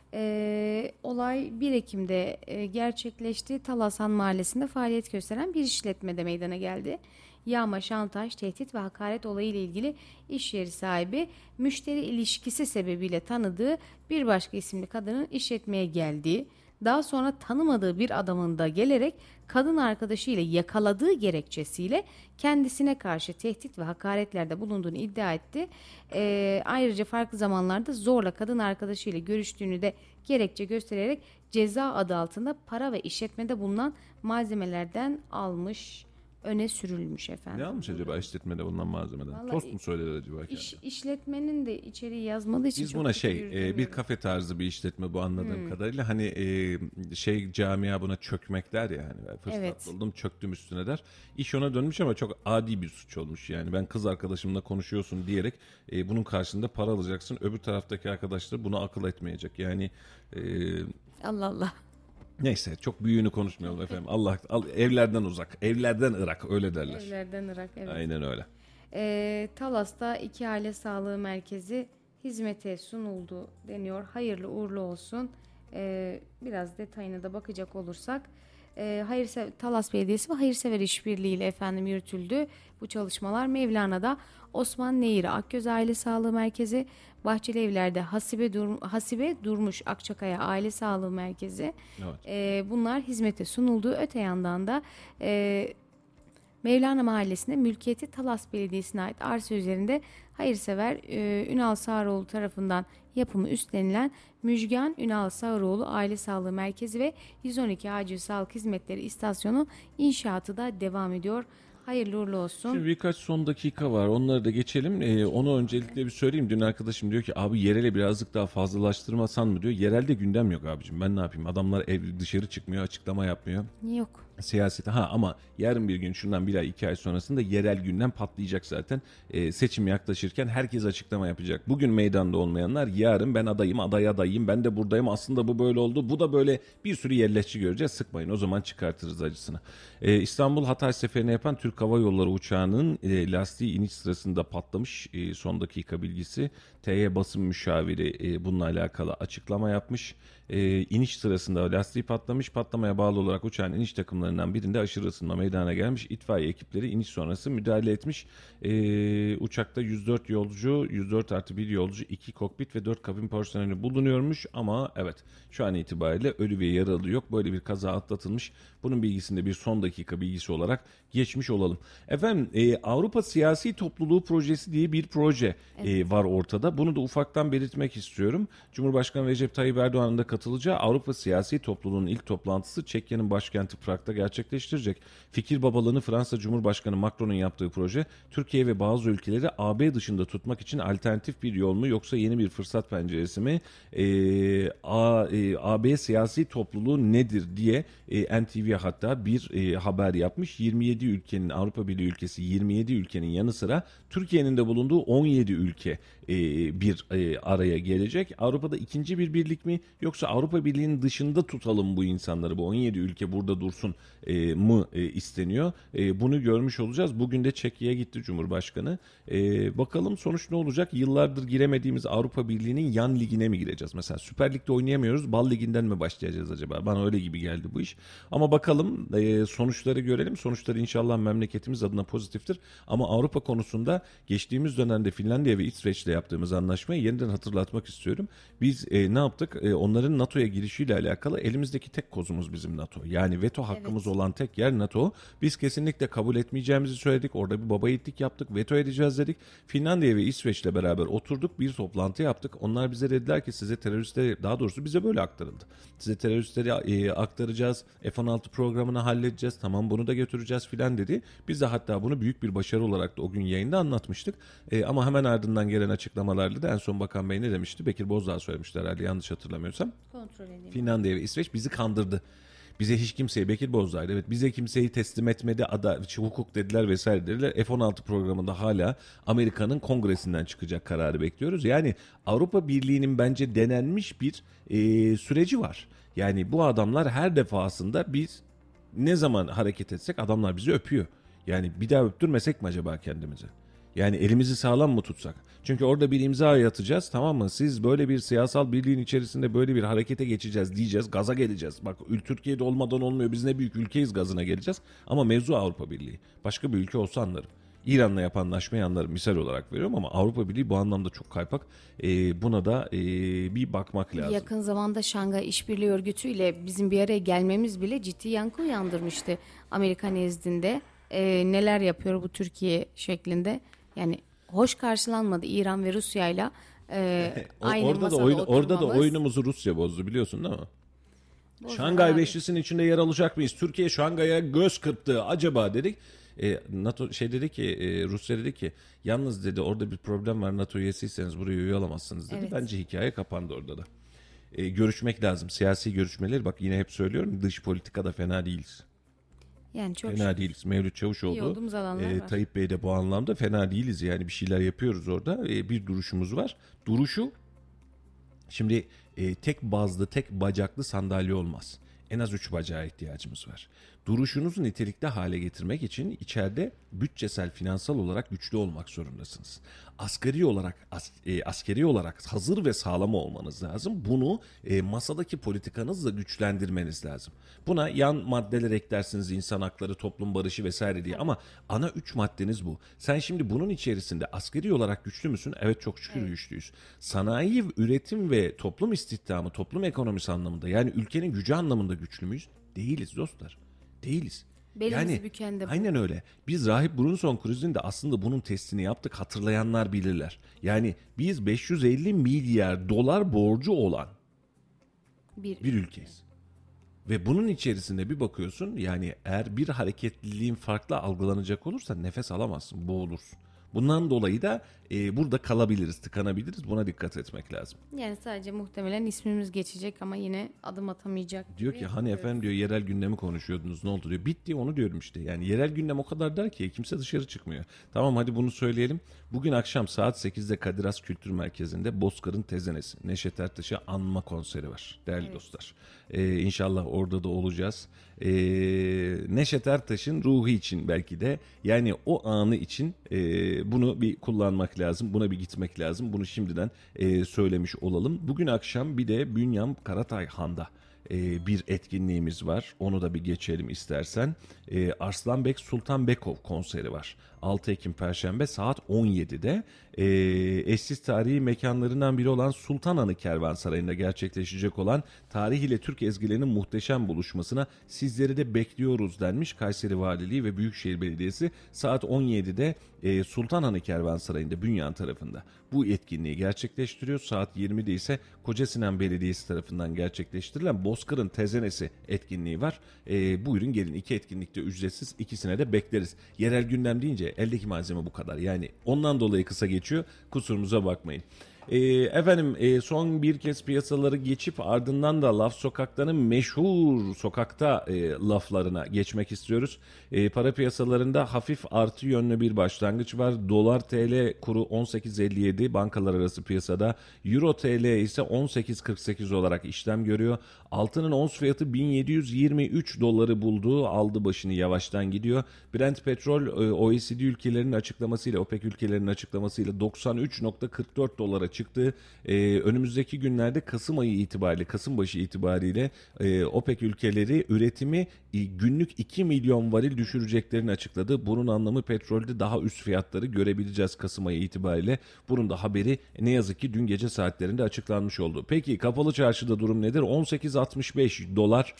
Olay 1 Ekim'de gerçekleşti. Talasan Mahallesi'nde faaliyet gösteren bir işletmede meydana geldi. Yağma, şantaj, tehdit ve hakaret olayı ile ilgili iş yeri sahibi müşteri ilişkisi sebebiyle tanıdığı bir başka isimli kadının işletmeye geldiği, daha sonra tanımadığı bir adamın da gelerek kadın arkadaşıyla yakaladığı gerekçesiyle kendisine karşı tehdit ve hakaretlerde bulunduğunu iddia etti. Ayrıca farklı zamanlarda zorla kadın arkadaşıyla görüştüğünü de gerekçe göstererek ceza adı altında para ve işletmede bulunan malzemelerden almış, öne sürülmüş efendim. Ne almış acaba işletmede bulunan malzemeden? Vallahi Tost mu söyledi acaba kendine? İşletmenin de içeriği yazmadığı için Biz çok buna kötü bir kafe tarzı bir işletme bu anladığım kadarıyla. Hani camia buna çökmek der ya. Hani fırsat Evet. buldum çöktüm üstüne der. İş ona dönmüş ama çok adi bir suç olmuş yani. Ben kız arkadaşımla konuşuyorsun diyerek bunun karşılığında para alacaksın. Öbür taraftaki arkadaşlar bunu akıl etmeyecek. Yani Allah Allah. Neyse çok büyüğünü konuşmayalım efendim. Evlerden uzak, evlerden Irak öyle derler. Evlerden Irak, evet. Aynen öyle. Talas'ta 2 aile sağlığı merkezi hizmete sunuldu deniyor. Hayırlı uğurlu olsun. Biraz detayına da bakacak olursak Talas Belediyesi ve Hayırsever İşbirliği ile efendim yürütüldü bu çalışmalar. Mevlana'da Osman Neyri Akgöz Aile Sağlığı Merkezi, Bahçeli Evler'de Hasibe Durmuş Akçakaya Aile Sağlığı Merkezi. Evet. Bunlar hizmete sunuldu. Öte yandan da Mevlana Mahallesi'nde mülkiyeti Talas Belediyesi'ne ait arsa üzerinde hayırsever Ünal Sağroğlu tarafından yapımı üstlenilen Müjgan Ünal Sağroğlu Aile Sağlığı Merkezi ve 112 Acil Sağlık Hizmetleri İstasyonu inşaatı da devam ediyor. Hayırlı uğurlu olsun. Şimdi birkaç son dakika var. Onları da geçelim. Onu öncelikle bir söyleyeyim. Dün arkadaşım diyor ki abi yerele birazcık daha fazlalaştırmasan mı diyor. Yerelde gündem yok abicim. Ben ne yapayım? Adamlar dışarı çıkmıyor, açıklama yapmıyor. Yok. Siyasete ama yarın bir gün şundan 1 ay 2 ay sonrasında yerel gündem patlayacak zaten. Seçim yaklaşırken herkes açıklama yapacak. Bugün meydanda olmayanlar yarın ben adayım ben de buradayım aslında bu böyle oldu. Bu da böyle bir sürü yerleşçi göreceğiz. Sıkmayın o zaman çıkartırız acısını. İstanbul Hatay seferini yapan Türk Hava Yolları uçağının lastiği iniş sırasında patlamış. Son dakika bilgisi. TY basın müşaviri bununla alakalı açıklama yapmış. İniş sırasında lastiği patlamış. Patlamaya bağlı olarak uçağın iniş takımlarından birinde aşırı ısınma meydana gelmiş. İtfaiye ekipleri iniş sonrası müdahale etmiş. Uçakta 104 yolcu, 104+1 yolcu, 2 kokpit ve 4 kabin personeli bulunuyormuş. Ama evet şu an itibariyle ölü ve yaralı yok. Böyle bir kaza atlatılmış. Bunun bilgisinde bir son dakika bilgisi olarak geçmiş olalım. Efendim Avrupa Siyasi Topluluğu Projesi diye bir proje var ortada. Bunu da ufaktan belirtmek istiyorum. Cumhurbaşkanı Recep Tayyip Erdoğan'ın da katılacağı Avrupa Siyasi Topluluğu'nun ilk toplantısı Çekya'nın başkenti Prag'da gerçekleştirecek. Fikir babalığını Fransa Cumhurbaşkanı Macron'un yaptığı proje, Türkiye ve bazı ülkeleri AB dışında tutmak için alternatif bir yol mu yoksa yeni bir fırsat penceresi mi? AB siyasi topluluğu nedir diye NTV hatta bir haber yapmış. 27 ülkenin, Avrupa Birliği ülkesi 27 ülkenin yanı sıra Türkiye'nin de bulunduğu 17 ülke bir araya gelecek. Avrupa'da ikinci bir birlik mi yoksa Avrupa Birliği'nin dışında tutalım bu insanları, bu 17 ülke burada dursun mı isteniyor? Bunu görmüş olacağız. Bugün de Çekya'ya gitti Cumhurbaşkanı. Bakalım sonuç ne olacak? Yıllardır giremediğimiz Avrupa Birliği'nin yan ligine mi gireceğiz? Mesela Süper Lig'de oynayamıyoruz. Bal Ligi'nden mi başlayacağız acaba? Bana öyle gibi geldi bu iş. Ama bakalım sonuçları görelim. Sonuçları inşallah memleketimiz adına pozitiftir. Ama Avrupa konusunda geçtiğimiz dönemde Finlandiya ve İsveç'le yaptığımız anlaşmayı yeniden hatırlatmak istiyorum. Biz ne yaptık? Onların NATO'ya girişiyle alakalı elimizdeki tek kozumuz bizim NATO. Yani veto hakkımız olan tek yer NATO. Biz kesinlikle kabul etmeyeceğimizi söyledik. Orada bir baba yiğitlik yaptık. Veto edeceğiz dedik. Finlandiya ve İsveç'le beraber oturduk. Bir toplantı yaptık. Onlar bize dediler ki size teröristleri, daha doğrusu bize böyle aktarıldı. Size teröristleri aktaracağız. F-16 programını halledeceğiz. Tamam bunu da götüreceğiz filan dedi. Biz de hatta bunu büyük bir başarı olarak da o gün yayında anlatmıştık. Ama hemen ardından gelen açıklamalarla da en son Bakan Bey ne demişti? Bekir Bozdağ söylemişti herhalde yanlış hatırlamıyorsam. Kontrol edeyim. Finlandiya ve İsveç bizi kandırdı. Bize hiç kimseyi, Bekir Bozdağ'ydı, evet, bize kimseyi teslim etmedi, hukuk dediler vesaire dediler. F-16 programında hala Amerika'nın kongresinden çıkacak kararı bekliyoruz. Yani Avrupa Birliği'nin bence denenmiş bir süreci var. Yani bu adamlar her defasında biz ne zaman hareket etsek adamlar bizi öpüyor. Yani bir daha öptürmesek mi acaba kendimize? Yani elimizi sağlam mı tutsak? Çünkü orada bir imza atacağız, tamam mı? Siz böyle bir siyasal birliğin içerisinde böyle bir harekete geçeceğiz diyeceğiz. Gaza geleceğiz. Bak Türkiye'de olmadan olmuyor. Biz ne büyük ülkeyiz gazına geleceğiz. Ama mevzu Avrupa Birliği. Başka bir ülke olsa anlarım. İran'la yapan anlaşmayı anlarım. Misal olarak veriyorum ama Avrupa Birliği bu anlamda çok kaypak. Buna da bir bakmak lazım. Yakın zamanda Şangay İşbirliği Örgütü ile bizim bir araya gelmemiz bile ciddi yankı uyandırmıştı. Amerika nezdinde neler yapıyor bu Türkiye şeklinde. Yani hoş karşılanmadı İran ve Rusya'yla aynı orada masada da orada da oturmamız. oyunumuzu Rusya bozdu biliyorsun değil mi? Şangay Beşlisi'nin içinde yer alacak mıyız? Türkiye Şangay'a göz kırptı acaba dedik. NATO dedi ki Rusya dedi ki yalnız dedi orada bir problem var, NATO üyesiyseniz buraya üye olamazsınız dedi. Evet. Bence hikaye kapandı orada da. Görüşmek lazım. Siyasi görüşmeler, bak yine hep söylüyorum, dış politikada fena değiliz. Yani çok Fena değiliz. Mevlüt iyi Çavuşoğlu, olduğumuz alanlar var. Tayyip Bey de bu anlamda fena değiliz. Yani bir şeyler yapıyoruz orada. Bir duruşumuz var. Duruşu şimdi tek bazlı, tek bacaklı sandalye olmaz. En az 3 bacağa ihtiyacımız var. Duruşunuzu nitelikli hale getirmek için içeride bütçesel, finansal olarak güçlü olmak zorundasınız. Askeri olarak hazır ve sağlam olmanız lazım. Bunu masadaki politikanızla güçlendirmeniz lazım. Buna yan maddeler eklersiniz, insan hakları, toplum barışı vesaire diye, ama ana 3 maddeniz bu. Sen şimdi bunun içerisinde askeri olarak güçlü müsün? Evet, çok şükür güçlüyüz. Sanayi, üretim ve toplum istihdamı, toplum ekonomisi anlamında, yani ülkenin gücü anlamında güçlü müyüz? Değiliz dostlar. Değiliz. Belimizi büken de bu. Aynen öyle. Biz Rahip Brunson krizinde aslında bunun testini yaptık. Hatırlayanlar bilirler. Yani biz 550 milyar dolar borcu olan bir ülkeyiz. Ve bunun içerisinde bir bakıyorsun, yani eğer bir hareketliliğin farklı algılanacak olursa nefes alamazsın, boğulursun. Bundan dolayı da burada kalabiliriz, tıkanabiliriz. Buna dikkat etmek lazım. Yani sadece muhtemelen ismimiz geçecek ama yine adım atamayacak. Diyor ki hani efendim diyor, yerel gündemi konuşuyordunuz, ne oldu diyor. Bitti, onu diyorum işte. Yani yerel gündem o kadar dar ki kimse dışarı çıkmıyor. Tamam, hadi bunu söyleyelim. Bugün akşam saat 8'de Kadir Has Kültür Merkezi'nde Bozkır'ın Tezenesi, Neşet Ertaş'ı anma konseri var değerli dostlar. İnşallah orada da olacağız. Neşet Ertaş'ın ruhu için belki de, yani o anı için bunu bir kullanmak lazım. Buna bir gitmek lazım. Bunu şimdiden söylemiş olalım. Bugün akşam bir de Bünyam Karatayhan'da bir etkinliğimiz var. Onu da bir geçelim istersen. Arslanbek Sultanbekov konseri var. 6 Ekim Perşembe saat 17'de eşsiz tarihi mekanlarından biri olan Sultanhanı Kervansarayı'nda gerçekleşecek olan tarih ile Türk ezgilerinin muhteşem buluşmasına sizleri de bekliyoruz denmiş Kayseri Valiliği ve Büyükşehir Belediyesi. Saat 17'de Sultanhanı Kervansarayı'nda Bünyan tarafında bu etkinliği gerçekleştiriyor. Saat 20'de ise Kocasinan Belediyesi tarafından gerçekleştirilen Bozkır'ın Tezenesi etkinliği var. Buyurun gelin, 2 etkinlikte ücretsiz, ikisine de bekleriz. Yerel gündem deyince eldeki malzeme bu kadar. Yani ondan dolayı kısa geçiyor. Kusurumuza bakmayın. Efendim son bir kez piyasaları geçip ardından da Laf Sokak'tanın meşhur sokakta laflarına geçmek istiyoruz. Para piyasalarında hafif artı yönlü bir başlangıç var. Dolar TL kuru 18.57 bankalar arası piyasada. Euro TL ise 18.48 olarak işlem görüyor. Altının ons fiyatı 1723 doları bulduğu aldı başını yavaştan gidiyor. Brent petrol OECD ülkelerinin açıklamasıyla, OPEC ülkelerinin açıklamasıyla 93.44 dolara çıktı. Önümüzdeki günlerde Kasım başı itibariyle OPEC ülkeleri üretimi günlük 2 milyon varil düşüreceklerini açıkladı. Bunun anlamı petrolde daha üst fiyatları görebileceğiz Kasım ayı itibariyle. Bunun da haberi ne yazık ki dün gece saatlerinde açıklanmış oldu. Peki kapalı çarşıda durum nedir? 18.65 dolar,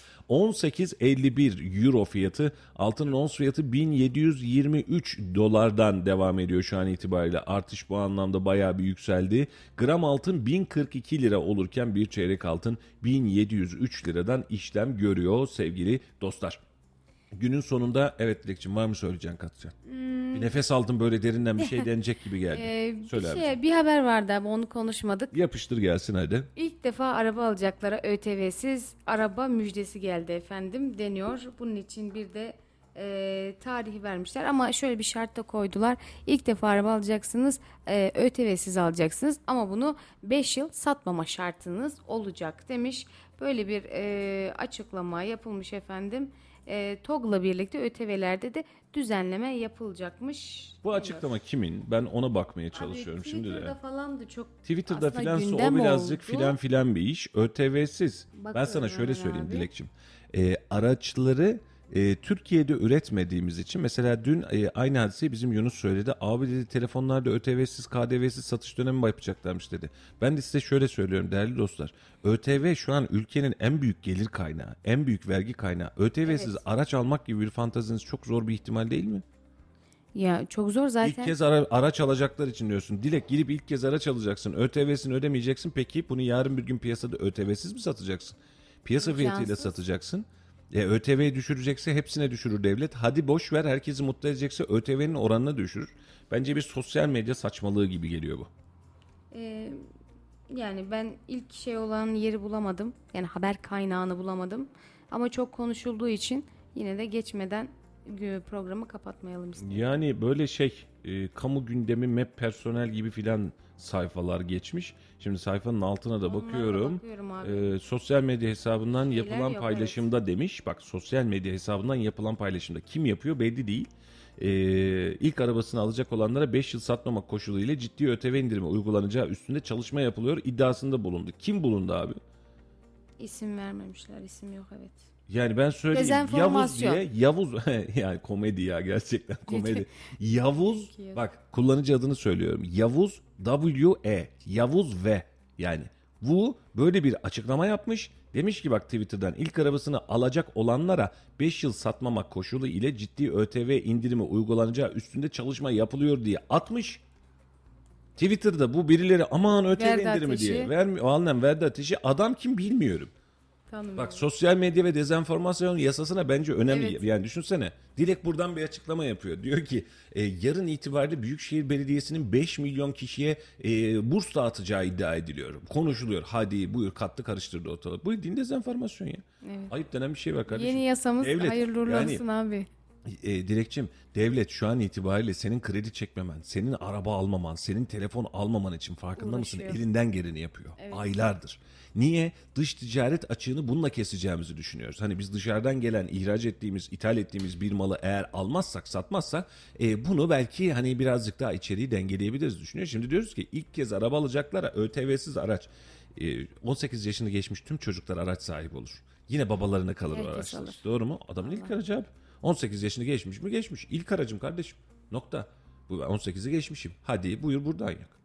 18.51 euro fiyatı, altının ons fiyatı 1723 dolardan devam ediyor şu an itibariyle. Artış bu anlamda bayağı bir yükseldi. Gram altın 1042 lira olurken bir çeyrek altın 1703 liradan işlem görüyor sevgili dostlar. Günün sonunda evet Dilekçim, var mı söyleyeceğin, katacağın? Bir nefes aldım, böyle derinden bir şey denecek gibi geldi. Söyle bir haber vardı ama onu konuşmadık. Yapıştır gelsin hadi. İlk defa araba alacaklara ÖTV'siz araba müjdesi geldi efendim deniyor. Bunun için bir de tarihi vermişler ama şöyle bir şart da koydular. İlk defa araba alacaksınız, ÖTV'siz alacaksınız ama bunu 5 yıl satmama şartınız olacak demiş. Böyle bir açıklama yapılmış efendim. TOG'la birlikte ÖTV'lerde de düzenleme yapılacakmış. Bu açıklama kimin? Ben ona bakmaya çalışıyorum şimdi de. Twitter'da falan da çok Twitter'da filansa o birazcık filan bir iş. ÖTV'siz. Ben sana şöyle söyleyeyim Dilekçim. Araçları Türkiye'de üretmediğimiz için, mesela dün aynı hadiseyi bizim Yunus söyledi. Abi dedi, telefonlarda ÖTV'siz, KDV'siz satış dönemi yapacaklarmış dedi. Ben de size şöyle söylüyorum değerli dostlar. ÖTV şu an ülkenin en büyük gelir kaynağı, en büyük vergi kaynağı. ÖTV'siz araç almak gibi bir fantaziniz çok zor bir ihtimal değil mi? Ya çok zor zaten. İlk kez araç alacaklar için diyorsun. Dilek, gidip ilk kez araç alacaksın. ÖTV'sini ödemeyeceksin. Peki bunu yarın bir gün piyasada ÖTV'siz mi satacaksın? Piyasa fiyatıyla satacaksın. ÖTV'yi düşürecekse hepsine düşürür devlet. Hadi boş ver, herkesi mutlu edecekse ÖTV'nin oranına düşürür. Bence bir sosyal medya saçmalığı gibi geliyor bu. Yani ben ilk şey olan yeri bulamadım. Yani haber kaynağını bulamadım. Ama çok konuşulduğu için yine de geçmeden programı kapatmayalım istedim. Yani böyle kamu gündemi, MEP personel gibi filan sayfalar geçmiş. Şimdi sayfanın altına da bakıyorum. Sosyal medya hesabından yapılan paylaşımda demiş. Bak, sosyal medya hesabından yapılan paylaşımda. Kim yapıyor belli değil. İlk arabasını alacak olanlara 5 yıl satmamak koşuluyla ciddi ÖTV indirimi uygulanacağı üstünde çalışma yapılıyor iddiasında bulundu. Kim bulundu abi? İsim vermemişler. İsim yok, evet. Yani ben söyleyeyim, Yavuz diye, Yavuz yani komedi ya, gerçekten komedi. Yavuz, bak kullanıcı adını söylüyorum. Yavuz W.E. Yavuz V. Yani bu böyle bir açıklama yapmış. Demiş ki bak, Twitter'dan ilk arabasını alacak olanlara 5 yıl satmamak koşulu ile ciddi ÖTV indirimi uygulanacağı üstünde çalışma yapılıyor diye atmış. Twitter'da bu birileri aman ÖTV verdi indirimi ateşi diye vermiyor. Annem verdi ateşi. Adam kim bilmiyorum. Bak, sosyal medya ve dezenformasyon yasasına bence önemli. Evet. Yani düşünsene, direkt buradan bir açıklama yapıyor. Diyor ki yarın itibariyle Büyükşehir Belediyesi'nin 5 milyon kişiye burs dağıtacağı iddia ediliyor. Konuşuluyor. Hadi buyur, kattı karıştırdı ortalık. Bu din dezenformasyon ya. Evet. Ayıp denen bir şey var kardeşim. Yeni yasamız hayırlı uğurlu olsun abi. Dilekçim, devlet şu an itibariyle senin kredi çekmemen, senin araba almaman, senin telefon almaman için farkında mısın? Elinden geleni yapıyor. Evet. Aylardır. Niye? Dış ticaret açığını bununla keseceğimizi düşünüyoruz. Hani biz dışarıdan gelen, ihraç ettiğimiz, ithal ettiğimiz bir malı eğer almazsak, satmazsak bunu belki hani birazcık daha içeriği dengeleyebiliriz düşünüyor. Şimdi diyoruz ki ilk kez araba alacaklara ÖTV'siz araç, 18 yaşını geçmiş tüm çocuklar araç sahibi olur. Yine babalarına kalır o araçlar. Doğru mu? Adamın ilk aracı abi. 18 yaşını geçmiş mi? Geçmiş. İlk aracım kardeşim. Nokta. Bu 18'i geçmişim. Hadi buyur buradan yak.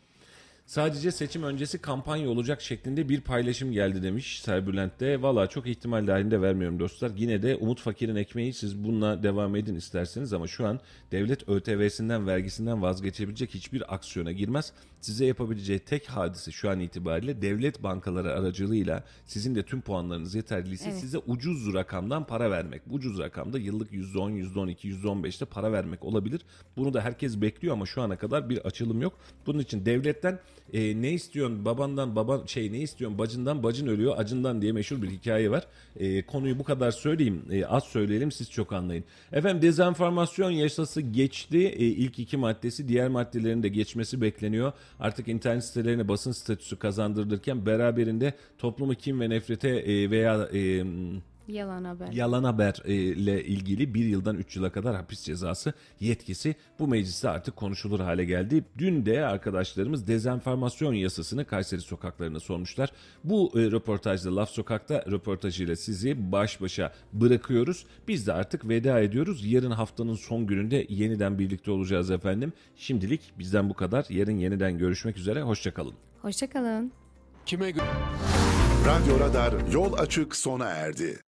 Sadece seçim öncesi kampanya olacak şeklinde bir paylaşım geldi demiş Serbülent'te. Valla çok ihtimal dahilinde vermiyorum dostlar. Yine de Umut Fakir'in ekmeği, siz bununla devam edin isterseniz, ama şu an devlet ÖTV'sinden, vergisinden vazgeçebilecek hiçbir aksiyona girmez. Size yapabileceği tek hadise şu an itibariyle devlet bankaları aracılığıyla sizin de tüm puanlarınız yeterliyse size ucuz rakamdan para vermek. Ucuz rakamda yıllık %10, %12, %15'te para vermek olabilir. Bunu da herkes bekliyor ama şu ana kadar bir açılım yok. Bunun için devletten ne istiyorsun babandan, ne istiyorsun bacından, bacın ölüyor acından diye meşhur bir hikaye var. Konuyu bu kadar söyleyeyim, az söyleyelim, siz çok anlayın. Efendim, dezenformasyon yasası geçti. İlk 2 maddesi, diğer maddelerin de geçmesi bekleniyor. Artık internet sitelerine basın statüsü kazandırılırken beraberinde toplumu kin ve nefrete veya yalan haberle ilgili 1 yıldan 3 yıla kadar hapis cezası yetkisi bu mecliste artık konuşulur hale geldi. Dün de arkadaşlarımız dezenformasyon yasasını Kayseri sokaklarına sormuşlar. Bu röportajda, Laf Sokak'ta röportajıyla sizi baş başa bırakıyoruz. Biz de artık veda ediyoruz. Yarın haftanın son gününde yeniden birlikte olacağız efendim. Şimdilik bizden bu kadar. Yarın yeniden görüşmek üzere. Hoşçakalın. Hoşçakalın. Radyo Radar yol açık sona erdi.